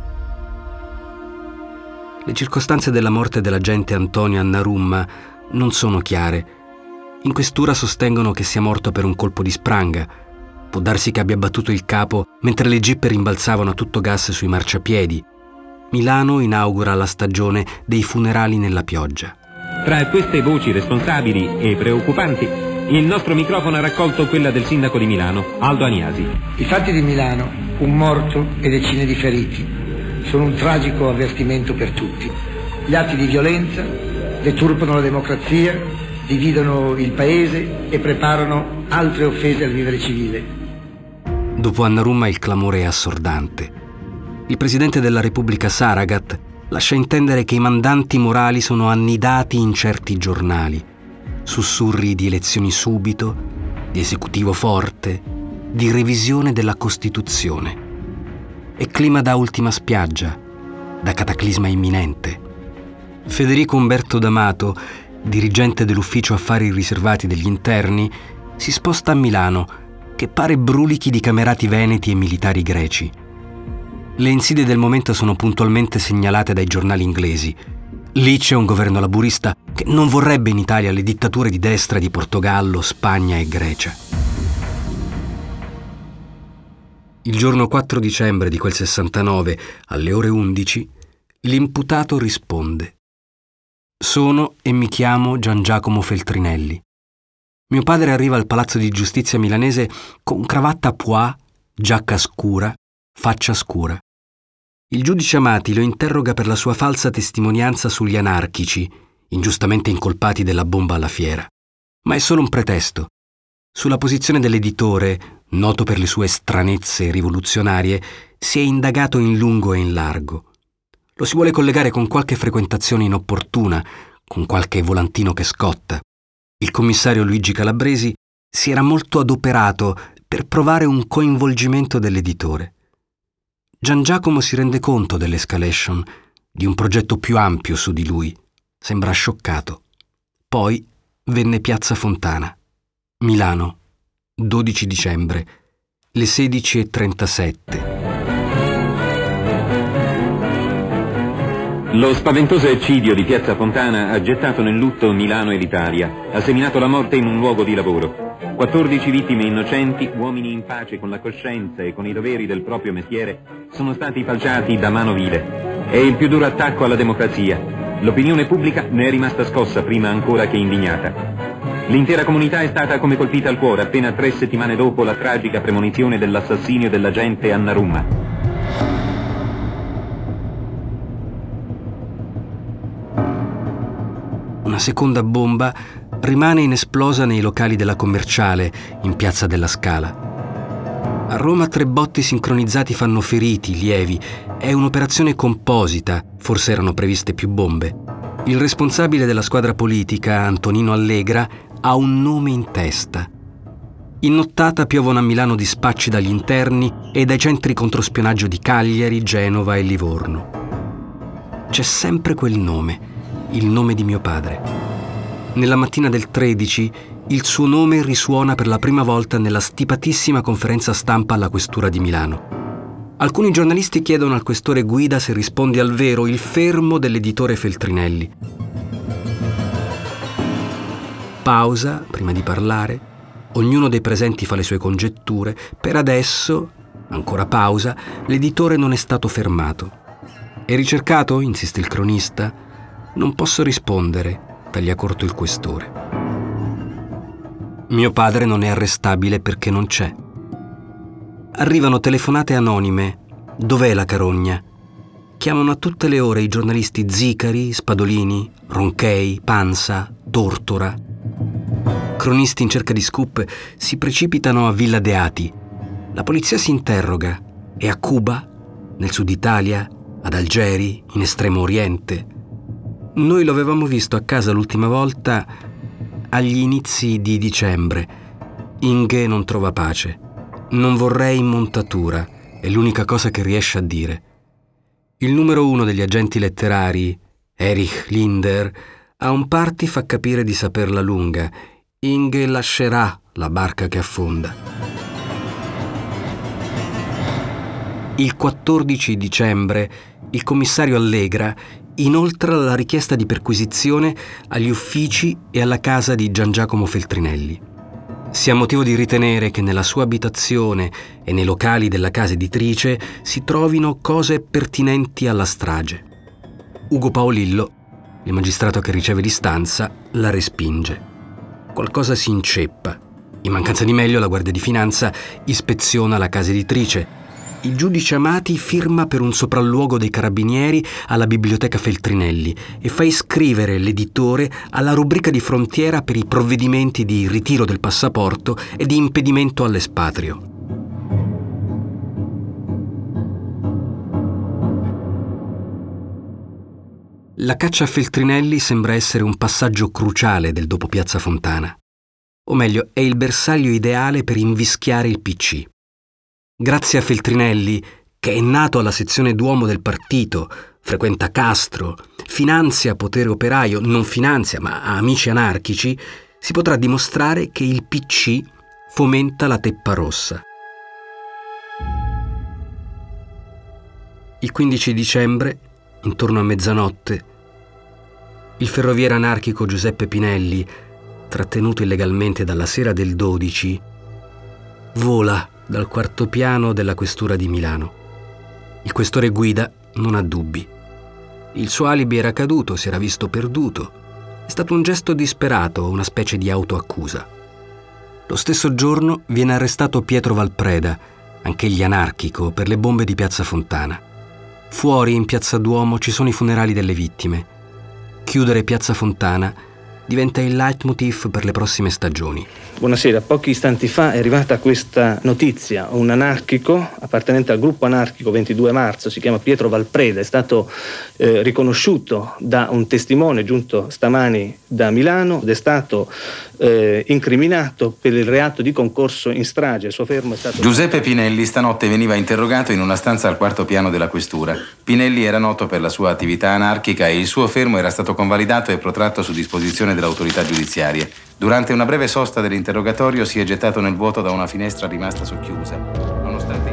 Le circostanze della morte dell'agente Antonio Annarumma non sono chiare. In questura sostengono che sia morto per un colpo di spranga. Può darsi che abbia battuto il capo mentre le jeep rimbalzavano a tutto gas sui marciapiedi. Milano inaugura la stagione dei funerali nella pioggia. Tra queste voci responsabili e preoccupanti, il nostro microfono ha raccolto quella del sindaco di Milano, Aldo Aniasi. I fatti di Milano, un morto e decine di feriti, sono un tragico avvertimento per tutti. Gli atti di violenza deturpano la democrazia, dividono il paese e preparano altre offese al vivere civile. Dopo Annarumma il clamore è assordante. Il presidente della Repubblica Saragat lascia intendere che i mandanti morali sono annidati in certi giornali. Sussurri di elezioni subito, di esecutivo forte, di revisione della Costituzione. E clima da ultima spiaggia, da cataclisma imminente. Federico Umberto D'Amato, dirigente dell'Ufficio Affari Riservati degli Interni, si sposta a Milano, che pare brulichi di camerati veneti e militari greci. Le insidie del momento sono puntualmente segnalate dai giornali inglesi. Lì c'è un governo laburista che non vorrebbe in Italia le dittature di destra di Portogallo, Spagna e Grecia. Il giorno quattro dicembre di quel sessantanove, alle ore undici, l'imputato risponde: «Sono e mi chiamo Gian Giacomo Feltrinelli. Mio padre arriva al Palazzo di Giustizia milanese con cravatta a pois, giacca scura, faccia scura. Il giudice Amati lo interroga per la sua falsa testimonianza sugli anarchici, ingiustamente incolpati della bomba alla fiera. Ma è solo un pretesto. Sulla posizione dell'editore, noto per le sue stranezze rivoluzionarie, si è indagato in lungo e in largo. Lo si vuole collegare con qualche frequentazione inopportuna, con qualche volantino che scotta. Il commissario Luigi Calabresi si era molto adoperato per provare un coinvolgimento dell'editore. Gian Giacomo si rende conto dell'escalation, di un progetto più ampio su di lui. Sembra scioccato. Poi venne Piazza Fontana. Milano, dodici dicembre, le sedici e trentasette. Lo spaventoso eccidio di Piazza Fontana ha gettato nel lutto Milano e l'Italia, ha seminato la morte in un luogo di lavoro. quattordici vittime innocenti, uomini in pace con la coscienza e con i doveri del proprio mestiere, sono stati falciati da mano vile. È il più duro attacco alla democrazia. L'opinione pubblica ne è rimasta scossa prima ancora che indignata. L'intera comunità è stata come colpita al cuore appena tre settimane dopo la tragica premonizione dell'assassinio dell'agente Annarumma. Una seconda bomba rimane inesplosa nei locali della Commerciale, in Piazza della Scala. A Roma tre botti sincronizzati fanno feriti, lievi. È un'operazione composita, forse erano previste più bombe. Il responsabile della squadra politica, Antonino Allegra, ha un nome in testa. In nottata piovono a Milano dispacci dagli interni e dai centri controspionaggio di Cagliari, Genova e Livorno. C'è sempre quel nome. Il nome di mio padre. Nella mattina del tredici, il suo nome risuona per la prima volta nella stipatissima conferenza stampa alla Questura di Milano. Alcuni giornalisti chiedono al questore Guida se risponde al vero il fermo dell'editore Feltrinelli. Pausa, prima di parlare. Ognuno dei presenti fa le sue congetture. Per adesso, ancora pausa, l'editore non è stato fermato. È ricercato? Insiste il cronista. Non posso rispondere, taglia corto il questore. Mio padre non è arrestabile perché non c'è. Arrivano telefonate anonime. Dov'è la carogna? Chiamano a tutte le ore i giornalisti Zicari, Spadolini, Ronchei, Pansa, Tortora. Cronisti in cerca di scoop si precipitano a Villa Deati. La polizia si interroga. È a Cuba? Nel sud Italia? Ad Algeri? In Estremo Oriente? Noi lo avevamo visto a casa l'ultima volta agli inizi di dicembre. Inge non trova pace. Non vorrei in montatura, è l'unica cosa che riesce a dire. Il numero uno degli agenti letterari, Erich Linder, a un party fa capire di saperla lunga. Inge lascerà la barca che affonda. Il quattordici dicembre il commissario Allegra inoltra la richiesta di perquisizione agli uffici e alla casa di Gian Giacomo Feltrinelli. Si ha motivo di ritenere che nella sua abitazione e nei locali della casa editrice si trovino cose pertinenti alla strage. Ugo Paolillo, il magistrato che riceve l'istanza, la respinge. Qualcosa si inceppa. In mancanza di meglio, la Guardia di Finanza ispeziona la casa editrice. Il giudice Amati firma per un sopralluogo dei carabinieri alla biblioteca Feltrinelli e fa iscrivere l'editore alla rubrica di frontiera per i provvedimenti di ritiro del passaporto e di impedimento all'espatrio. La caccia a Feltrinelli sembra essere un passaggio cruciale del dopo Piazza Fontana. O meglio, è il bersaglio ideale per invischiare il P C. Grazie a Feltrinelli, che è nato alla sezione Duomo del partito, frequenta Castro, finanzia Potere Operaio, non finanzia ma ha amici anarchici, si potrà dimostrare che il P C fomenta la teppa rossa. Il quindici dicembre, intorno a mezzanotte, il ferroviere anarchico Giuseppe Pinelli, trattenuto illegalmente dalla sera del dodici, vola dal quarto piano della questura di Milano. Il questore Guida non ha dubbi. Il suo alibi era caduto, si era visto perduto. È stato un gesto disperato, una specie di autoaccusa. Lo stesso giorno viene arrestato Pietro Valpreda, anch'egli anarchico, per le bombe di Piazza Fontana. Fuori, in Piazza Duomo, ci sono i funerali delle vittime. Chiudere Piazza Fontana diventa il leitmotiv per le prossime stagioni. Buonasera, pochi istanti fa è arrivata questa notizia. Un anarchico appartenente al gruppo anarchico ventidue marzo, si chiama Pietro Valpreda, è stato eh, riconosciuto da un testimone giunto stamani da Milano ed è stato eh, incriminato per il reato di concorso in strage. Il suo fermo è stato... Giuseppe Pinelli stanotte veniva interrogato in una stanza al quarto piano della questura. Pinelli era noto per la sua attività anarchica e il suo fermo era stato convalidato e protratto su disposizione dell'autorità giudiziaria. Durante una breve sosta dell'interrogatorio si è gettato nel vuoto da una finestra rimasta socchiusa. Nonostante...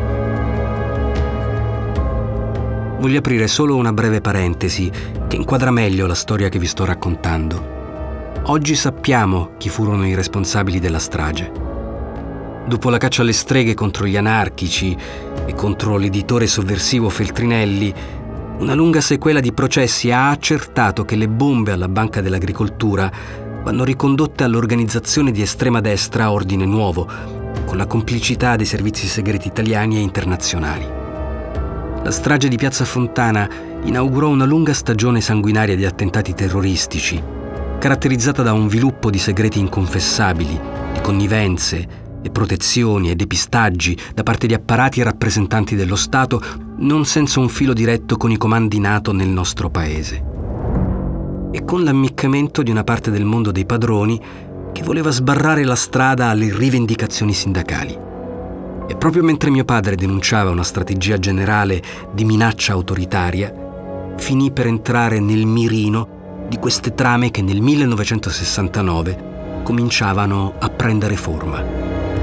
Voglio aprire solo una breve parentesi che inquadra meglio la storia che vi sto raccontando. Oggi sappiamo chi furono i responsabili della strage. Dopo la caccia alle streghe contro gli anarchici e contro l'editore sovversivo Feltrinelli, una lunga sequela di processi ha accertato che le bombe alla Banca dell'Agricoltura vanno ricondotte all'organizzazione di estrema destra Ordine Nuovo, con la complicità dei servizi segreti italiani e internazionali. La strage di Piazza Fontana inaugurò una lunga stagione sanguinaria di attentati terroristici, caratterizzata da un viluppo di segreti inconfessabili, di connivenze e protezioni e depistaggi da parte di apparati e rappresentanti dello Stato, non senza un filo diretto con i comandi NATO nel nostro paese. E con l'ammiccamento di una parte del mondo dei padroni che voleva sbarrare la strada alle rivendicazioni sindacali. E proprio mentre mio padre denunciava una strategia generale di minaccia autoritaria, finì per entrare nel mirino di queste trame che nel millenovecentosessantanove cominciavano a prendere forma.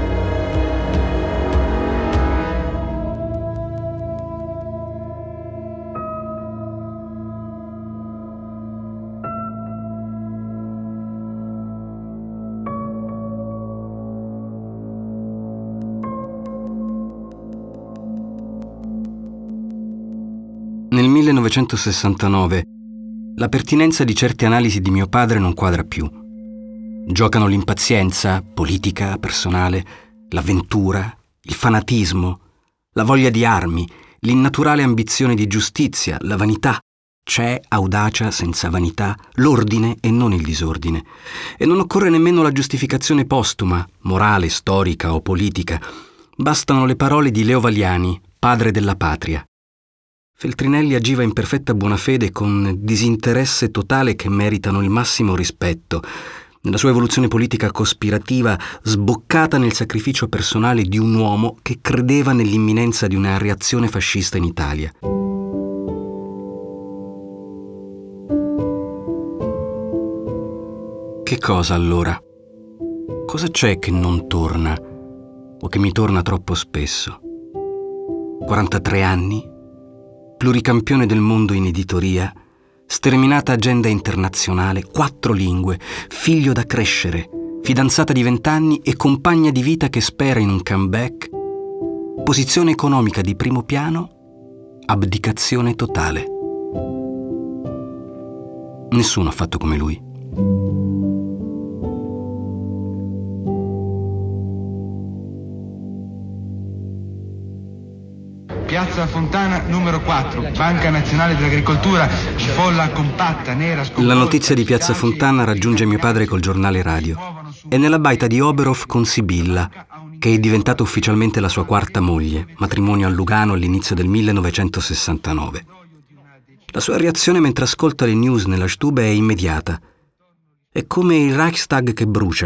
Nel millenovecentosessantanove la pertinenza di certe analisi di mio padre non quadra più. Giocano l'impazienza politica, personale, l'avventura, il fanatismo, la voglia di armi, l'innaturale ambizione di giustizia, la vanità. C'è audacia senza vanità, l'ordine e non il disordine. E non occorre nemmeno la giustificazione postuma, morale, storica o politica. Bastano le parole di Leo Valiani, padre della patria. Feltrinelli agiva in perfetta buona fede con disinteresse totale che meritano il massimo rispetto. Nella sua evoluzione politica cospirativa, sboccata nel sacrificio personale di un uomo che credeva nell'imminenza di una reazione fascista in Italia. Che cosa allora? Cosa c'è che non torna o che mi torna troppo spesso? quarantatré anni? Pluricampione del mondo in editoria, sterminata agenda internazionale, quattro lingue, figlio da crescere, fidanzata di vent'anni e compagna di vita che spera in un comeback, posizione economica di primo piano, abdicazione totale. Nessuno ha fatto come lui. Piazza Fontana numero quattro, Banca Nazionale dell'Agricoltura, folla compatta, nera, sconvolta. La notizia di Piazza Fontana raggiunge mio padre col giornale radio. È nella baita di Oberhof con Sibilla, che è diventata ufficialmente la sua quarta moglie, matrimonio a Lugano all'inizio del millenovecentosessantanove. La sua reazione mentre ascolta le news nella Stube è immediata. È come il Reichstag che brucia,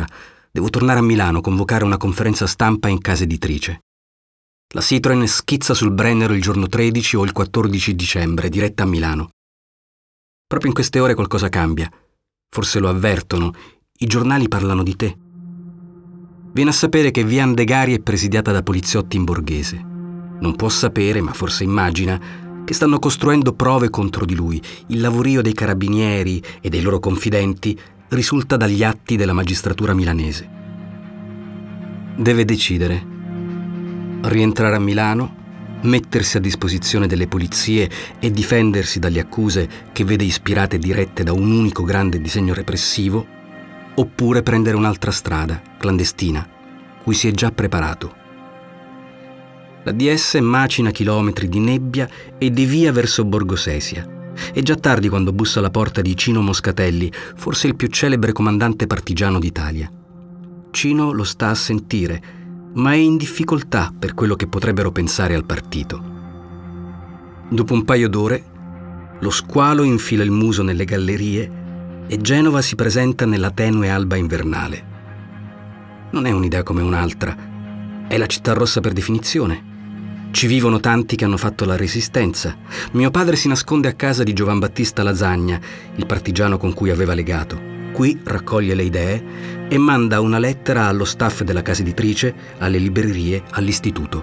Devo tornare a Milano, convocare una conferenza stampa in casa editrice. La Citroen schizza sul Brennero il giorno tredici o il quattordici dicembre, diretta a Milano. Proprio in queste ore qualcosa cambia. Forse lo avvertono. I giornali parlano di te. Viene a sapere che via Andegari è presidiata da poliziotti in borghese. Non può sapere, ma forse immagina, che stanno costruendo prove contro di lui. Il lavorio dei carabinieri e dei loro confidenti risulta dagli atti della magistratura milanese. Deve decidere: rientrare a Milano, mettersi a disposizione delle polizie e difendersi dalle accuse che vede ispirate e dirette da un unico grande disegno repressivo, oppure prendere un'altra strada, clandestina, cui si è già preparato. La D S macina chilometri di nebbia e devia verso Borgo Sesia. È già tardi quando bussa alla porta di Cino Moscatelli, forse il più celebre comandante partigiano d'Italia. Cino lo sta a sentire, ma è in difficoltà per quello che potrebbero pensare al partito. Dopo un paio d'ore, lo squalo infila il muso nelle gallerie e Genova si presenta nella tenue alba invernale. Non è un'idea come un'altra, è la città rossa per definizione. Ci vivono tanti che hanno fatto la resistenza. Mio padre si nasconde a casa di Giovan Battista Lasagna, il partigiano con cui aveva legato. Qui raccoglie le idee e manda una lettera allo staff della casa editrice, alle librerie, all'istituto.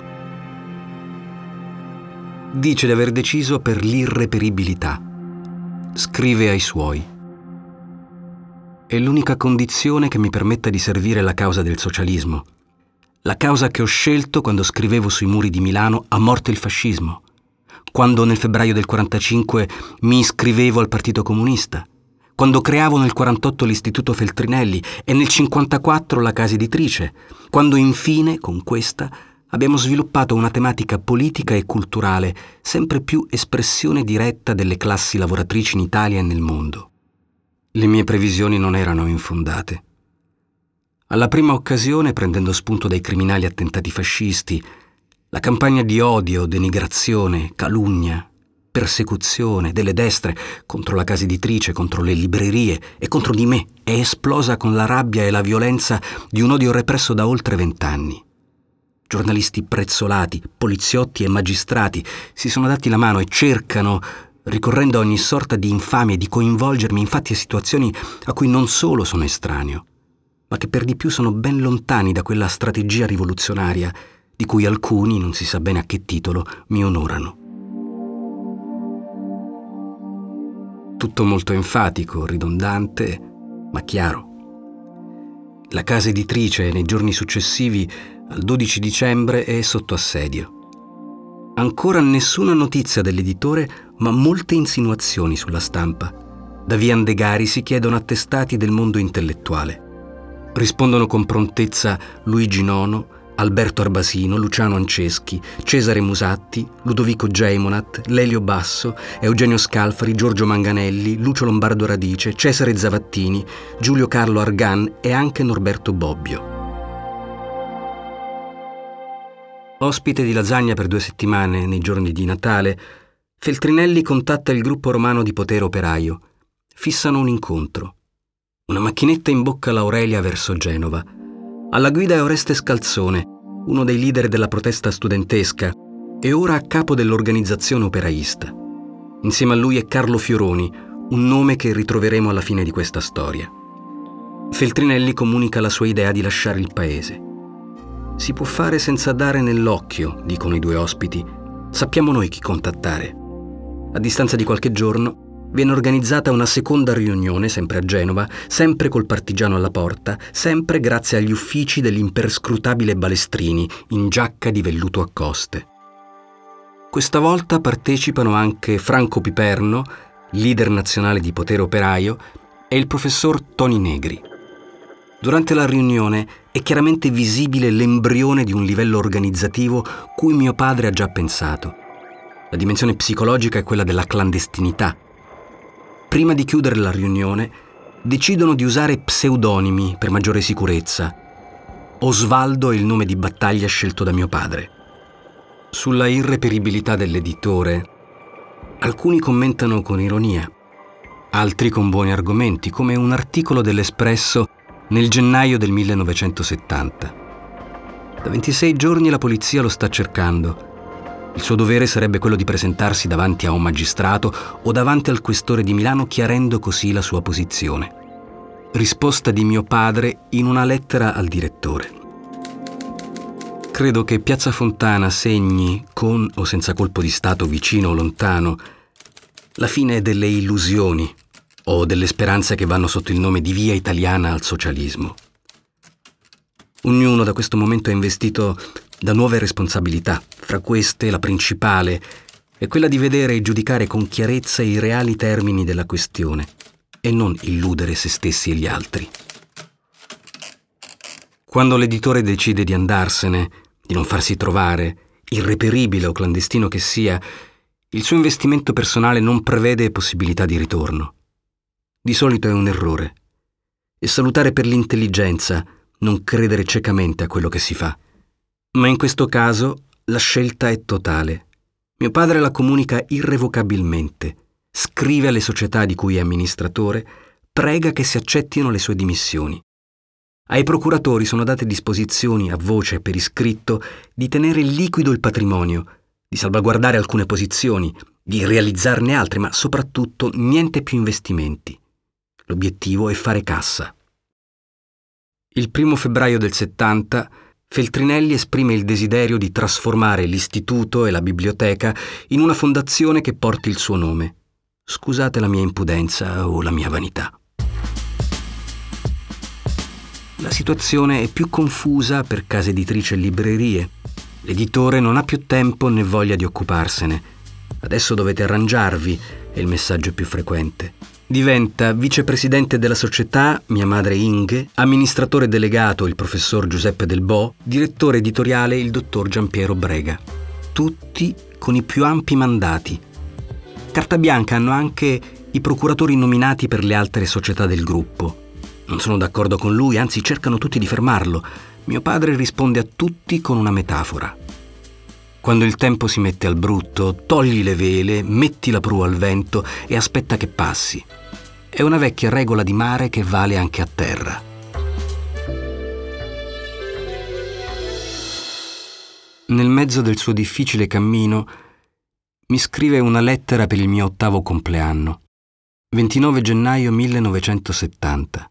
Dice di aver deciso per l'irreperibilità. Scrive ai suoi: è l'unica condizione che mi permetta di servire la causa del socialismo. La causa che ho scelto quando scrivevo sui muri di Milano "A morte il fascismo", quando nel febbraio del quarantacinque mi iscrivevo al Partito Comunista, quando creavo nel quarantotto l'Istituto Feltrinelli e nel cinquantaquattro la casa editrice, quando infine, con questa, abbiamo sviluppato una tematica politica e culturale sempre più espressione diretta delle classi lavoratrici in Italia e nel mondo. Le mie previsioni non erano infondate. Alla prima occasione, prendendo spunto dai criminali attentati fascisti, la campagna di odio, denigrazione, calunnia, persecuzione delle destre contro la casa editrice, contro le librerie e contro di me è esplosa con la rabbia e la violenza di un odio represso da oltre vent'anni. Giornalisti prezzolati, poliziotti e magistrati si sono dati la mano e cercano, ricorrendo a ogni sorta di infamia, di coinvolgermi infatti a situazioni a cui non solo sono estraneo, ma che per di più sono ben lontani da quella strategia rivoluzionaria di cui alcuni, non si sa bene a che titolo, mi onorano. Tutto molto enfatico, ridondante, ma chiaro. La casa editrice nei giorni successivi al dodici dicembre è sotto assedio. Ancora nessuna notizia dell'editore, ma molte insinuazioni sulla stampa. Da via Andegari si chiedono attestati del mondo intellettuale. Rispondono con prontezza Luigi Nono, Alberto Arbasino, Luciano Anceschi, Cesare Musatti, Ludovico Geimonat, Lelio Basso, Eugenio Scalfari, Giorgio Manganelli, Lucio Lombardo Radice, Cesare Zavattini, Giulio Carlo Argan e anche Norberto Bobbio. Ospite di Lasagna per due settimane nei giorni di Natale, Feltrinelli contatta il gruppo romano di Potere Operaio. Fissano un incontro. Una macchinetta imbocca l'Aurelia verso Genova. Alla guida è Oreste Scalzone, uno dei leader della protesta studentesca e ora a capo dell'organizzazione operaista. Insieme a lui è Carlo Fioroni, un nome che ritroveremo alla fine di questa storia. Feltrinelli comunica la sua idea di lasciare il paese. Si può fare senza dare nell'occhio, dicono i due ospiti. Sappiamo noi chi contattare. A distanza di qualche giorno viene organizzata una seconda riunione, sempre a Genova, sempre col partigiano alla porta, sempre grazie agli uffici dell'imperscrutabile Balestrini, in giacca di velluto a coste. Questa volta partecipano anche Franco Piperno, leader nazionale di Potere Operaio, e il professor Toni Negri. Durante la riunione è chiaramente visibile l'embrione di un livello organizzativo cui mio padre ha già pensato. La dimensione psicologica è quella della clandestinità. Prima di chiudere la riunione, decidono di usare pseudonimi per maggiore sicurezza. Osvaldo è il nome di battaglia scelto da mio padre. Sulla irreperibilità dell'editore, alcuni commentano con ironia, altri con buoni argomenti, come un articolo dell'Espresso nel gennaio del millenovecentosettanta. Da ventisei giorni la polizia lo sta cercando. Il suo dovere sarebbe quello di presentarsi davanti a un magistrato o davanti al questore di Milano, chiarendo così la sua posizione. Risposta di mio padre in una lettera al direttore. Credo che Piazza Fontana segni, con o senza colpo di Stato vicino o lontano, la fine delle illusioni o delle speranze che vanno sotto il nome di via italiana al socialismo. Ognuno da questo momento è investito da nuove responsabilità, fra queste la principale è quella di vedere e giudicare con chiarezza i reali termini della questione e non illudere se stessi e gli altri. Quando l'editore decide di andarsene, di non farsi trovare, irreperibile o clandestino che sia, il suo investimento personale non prevede possibilità di ritorno. Di solito è un errore. E salutare per l'intelligenza, non credere ciecamente a quello che si fa. Ma in questo caso la scelta è totale. Mio padre la comunica irrevocabilmente, scrive alle società di cui è amministratore, prega che si accettino le sue dimissioni. Ai procuratori sono date disposizioni, a voce e per iscritto, di tenere liquido il patrimonio, di salvaguardare alcune posizioni, di realizzarne altre, ma soprattutto niente più investimenti. L'obiettivo è fare cassa. Il primo febbraio del settanta, Feltrinelli esprime il desiderio di trasformare l'istituto e la biblioteca in una fondazione che porti il suo nome. Scusate la mia impudenza o la mia vanità. La situazione è più confusa per case editrici e librerie. L'editore non ha più tempo né voglia di occuparsene. Adesso dovete arrangiarvi, è il messaggio più frequente. Diventa vicepresidente della società mia madre Inge, amministratore delegato il professor Giuseppe Del Bo, direttore editoriale il dottor Giampiero Brega. Tutti con i più ampi mandati. Carta bianca hanno anche i procuratori nominati per le altre società del gruppo. Non sono d'accordo con lui, anzi cercano tutti di fermarlo. Mio padre risponde a tutti con una metafora. Quando il tempo si mette al brutto, togli le vele, metti la prua al vento e aspetta che passi. È una vecchia regola di mare che vale anche a terra. Nel mezzo del suo difficile cammino, mi scrive una lettera per il mio ottavo compleanno, ventinove gennaio millenovecentosettanta.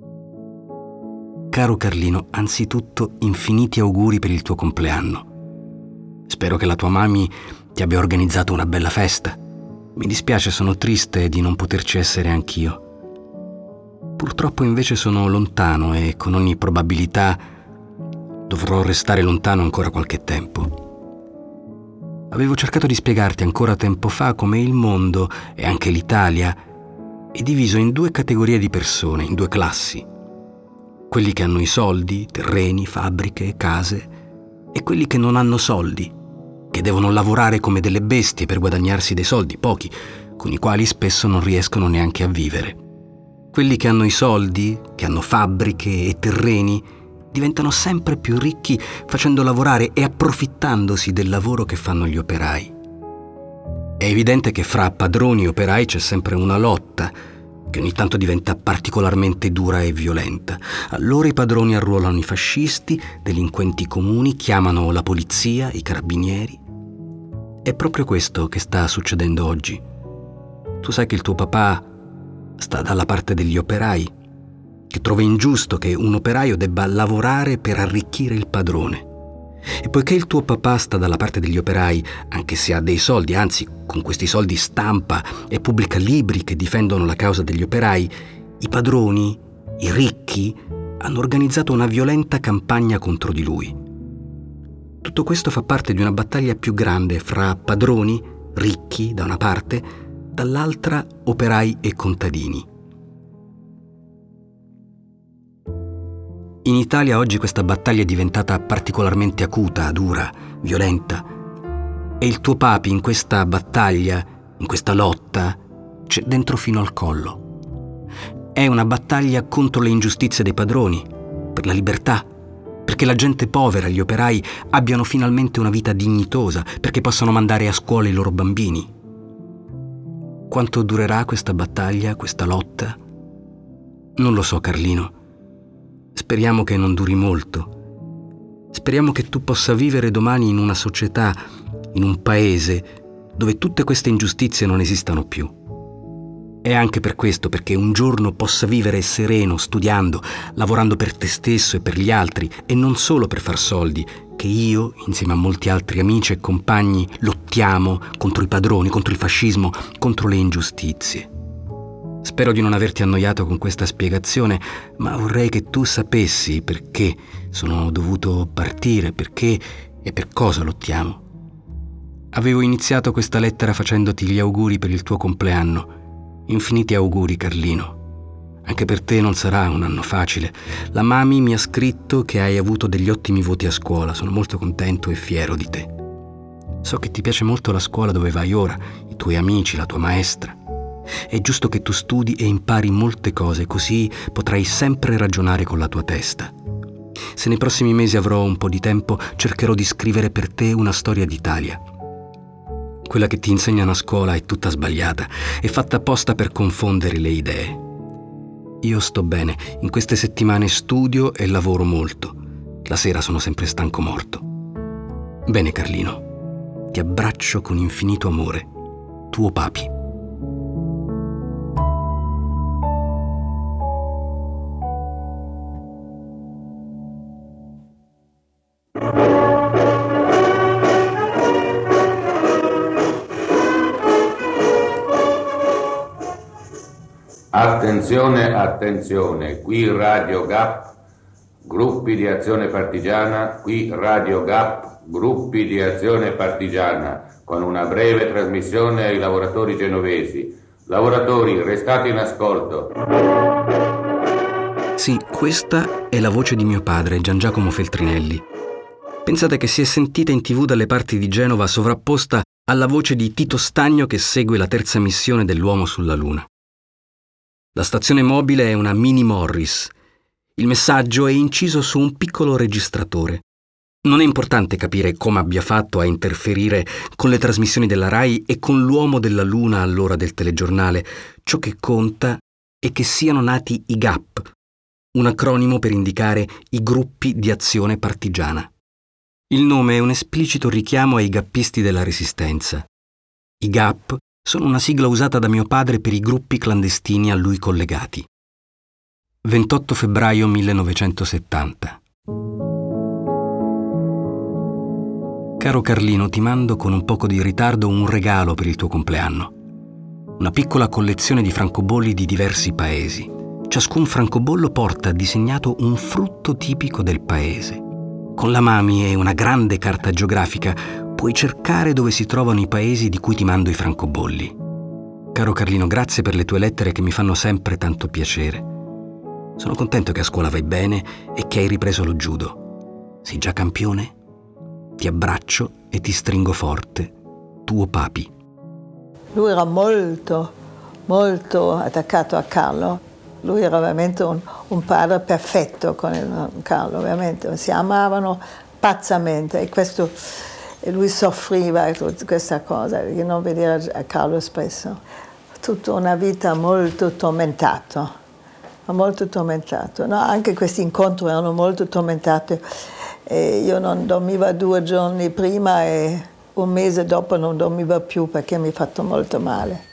Caro Carlino, anzitutto infiniti auguri per il tuo compleanno. Spero che la tua mami ti abbia organizzato una bella festa. Mi dispiace, sono triste di non poterci essere anch'io. Purtroppo invece sono lontano e con ogni probabilità dovrò restare lontano ancora qualche tempo. Avevo cercato di spiegarti ancora tempo fa come il mondo, e anche l'Italia, è diviso in due categorie di persone, in due classi. Quelli che hanno i soldi, terreni, fabbriche, case, e quelli che non hanno soldi, che devono lavorare come delle bestie per guadagnarsi dei soldi, pochi, con i quali spesso non riescono neanche a vivere. Quelli che hanno i soldi, che hanno fabbriche e terreni, diventano sempre più ricchi facendo lavorare e approfittandosi del lavoro che fanno gli operai. È evidente che fra padroni e operai c'è sempre una lotta, che ogni tanto diventa particolarmente dura e violenta. Allora i padroni arruolano i fascisti, delinquenti comuni, chiamano la polizia, i carabinieri. È proprio questo che sta succedendo oggi. Tu sai che il tuo papà sta dalla parte degli operai, che trova ingiusto che un operaio debba lavorare per arricchire il padrone. E poiché il tuo papà sta dalla parte degli operai, anche se ha dei soldi, anzi con questi soldi stampa e pubblica libri che difendono la causa degli operai, i padroni, i ricchi, hanno organizzato una violenta campagna contro di lui. Tutto questo fa parte di una battaglia più grande fra padroni, ricchi da una parte, dall'altra operai e contadini. In Italia oggi questa battaglia è diventata particolarmente acuta, dura, violenta. E il tuo papi in questa battaglia, in questa lotta, c'è dentro fino al collo. È una battaglia contro le ingiustizie dei padroni, per la libertà, perché la gente povera, gli operai, abbiano finalmente una vita dignitosa, perché possano mandare a scuola i loro bambini. Quanto durerà questa battaglia, questa lotta? Non lo so, Carlino. Speriamo che non duri molto. Speriamo che tu possa vivere domani in una società, in un paese, dove tutte queste ingiustizie non esistano più. E anche per questo, perché un giorno possa vivere sereno, studiando, lavorando per te stesso e per gli altri, e non solo per far soldi, che io, insieme a molti altri amici e compagni, lottiamo contro i padroni, contro il fascismo, contro le ingiustizie. Spero di non averti annoiato con questa spiegazione, ma vorrei che tu sapessi perché sono dovuto partire, perché e per cosa lottiamo. Avevo iniziato questa lettera facendoti gli auguri per il tuo compleanno. Infiniti auguri, Carlino. Anche per te non sarà un anno facile. La Mami mi ha scritto che hai avuto degli ottimi voti a scuola. Sono molto contento e fiero di te. So che ti piace molto la scuola dove vai ora, i tuoi amici, la tua maestra. È giusto che tu studi e impari molte cose, così potrai sempre ragionare con la tua testa. Se nei prossimi mesi avrò un po' di tempo, cercherò di scrivere per te una storia d'Italia. Quella che ti insegnano a scuola è tutta sbagliata, è fatta apposta per confondere le idee. Io sto bene, in queste settimane studio e lavoro molto. La sera sono sempre stanco morto. Bene, Carlino, ti abbraccio con infinito amore. Tuo papi. Attenzione, attenzione, qui Radio Gap, gruppi di azione partigiana, qui Radio Gap, gruppi di azione partigiana, con una breve trasmissione ai lavoratori genovesi. Lavoratori, restate in ascolto. Sì, questa è la voce di mio padre, Gian Giacomo Feltrinelli. Pensate che si è sentita in tivù dalle parti di Genova sovrapposta alla voce di Tito Stagno che segue la terza missione dell'uomo sulla Luna. La stazione mobile è una Mini Morris. Il messaggio è inciso su un piccolo registratore. Non è importante capire come abbia fatto a interferire con le trasmissioni della Rai e con l'uomo della Luna all'ora del telegiornale. Ciò che conta è che siano nati i G A P, un acronimo per indicare i gruppi di azione partigiana. Il nome è un esplicito richiamo ai gappisti della Resistenza. I G A P sono una sigla usata da mio padre per i gruppi clandestini a lui collegati. ventotto febbraio millenovecentosettanta. Caro Carlino, ti mando con un poco di ritardo un regalo per il tuo compleanno. Una piccola collezione di francobolli di diversi paesi. Ciascun francobollo porta disegnato un frutto tipico del paese. Con la Mami e una grande carta geografica puoi cercare dove si trovano i paesi di cui ti mando i francobolli. Caro Carlino, grazie per le tue lettere che mi fanno sempre tanto piacere. Sono contento che a scuola vai bene e che hai ripreso lo judo. Sei già campione? Ti abbraccio e ti stringo forte. Tuo papi. Lui era molto, molto attaccato a Carlo. Lui era veramente un, un padre perfetto con il, Carlo, veramente. Si amavano pazzamente e questo... E lui soffriva di questa cosa, di non vedere Carlo spesso. Tutta una vita molto tormentato, molto tormentato. No, anche questi incontri erano molto tormentati. E io non dormivo due giorni prima e un mese dopo non dormivo più perché mi ha fatto molto male.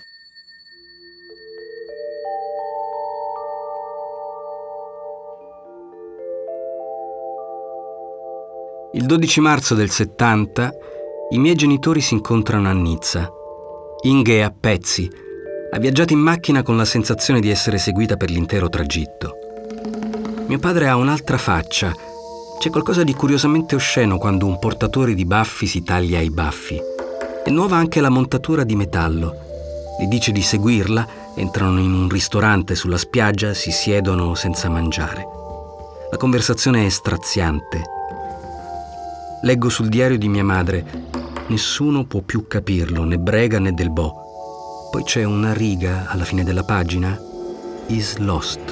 Il dodici marzo del settanta i miei genitori si incontrano a Nizza. Inge è a pezzi. Ha viaggiato in macchina con la sensazione di essere seguita per l'intero tragitto. Mio padre ha un'altra faccia. C'è qualcosa di curiosamente osceno quando un portatore di baffi si taglia i baffi. È nuova anche la montatura di metallo. Gli dice di seguirla, entrano in un ristorante sulla spiaggia, si siedono senza mangiare. La conversazione è straziante. Leggo sul diario di mia madre: nessuno può più capirlo, né Brega né Del Bo. Poi c'è una riga alla fine della pagina: is lost.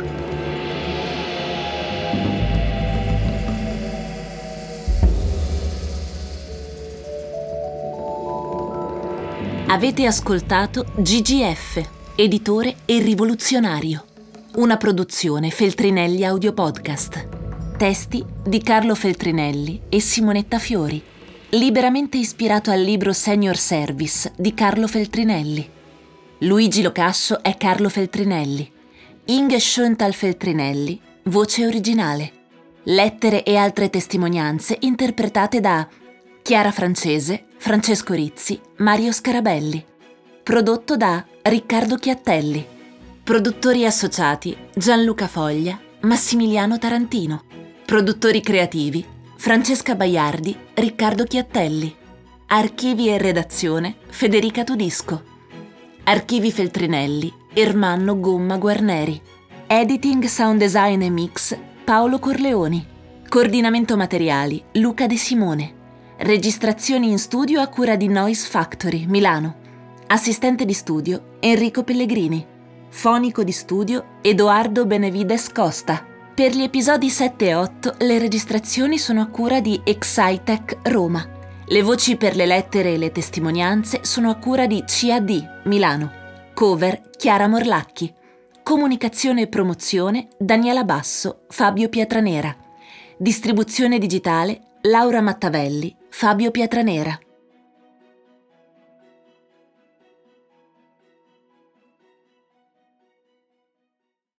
Avete ascoltato G G F, editore e rivoluzionario. Una produzione Feltrinelli Audio Podcast. Testi di Carlo Feltrinelli e Simonetta Fiori. Liberamente ispirato al libro Senior Service di Carlo Feltrinelli. Luigi Locascio è Carlo Feltrinelli. Inge Schöntal Feltrinelli, voce originale. Lettere e altre testimonianze interpretate da Chiara Francese, Francesco Rizzi, Mario Scarabelli. Prodotto da Riccardo Chiattelli. Produttori associati Gianluca Foglia, Massimiliano Tarantino. Produttori creativi Francesca Baiardi, Riccardo Chiattelli. Archivi e redazione Federica Tudisco. Archivi Feltrinelli Ermanno Gomma Guarneri. Editing, sound design e mix Paolo Corleoni. Coordinamento materiali Luca De Simone. Registrazioni in studio a cura di Noise Factory, Milano. Assistente di studio Enrico Pellegrini. Fonico di studio Edoardo Benevides Costa. Per gli episodi sette e otto le registrazioni sono a cura di Excitec Roma. Le voci per le lettere e le testimonianze sono a cura di C A D Milano. Cover Chiara Morlacchi. Comunicazione e promozione Daniela Basso, Fabio Pietranera. Distribuzione digitale Laura Mattavelli, Fabio Pietranera.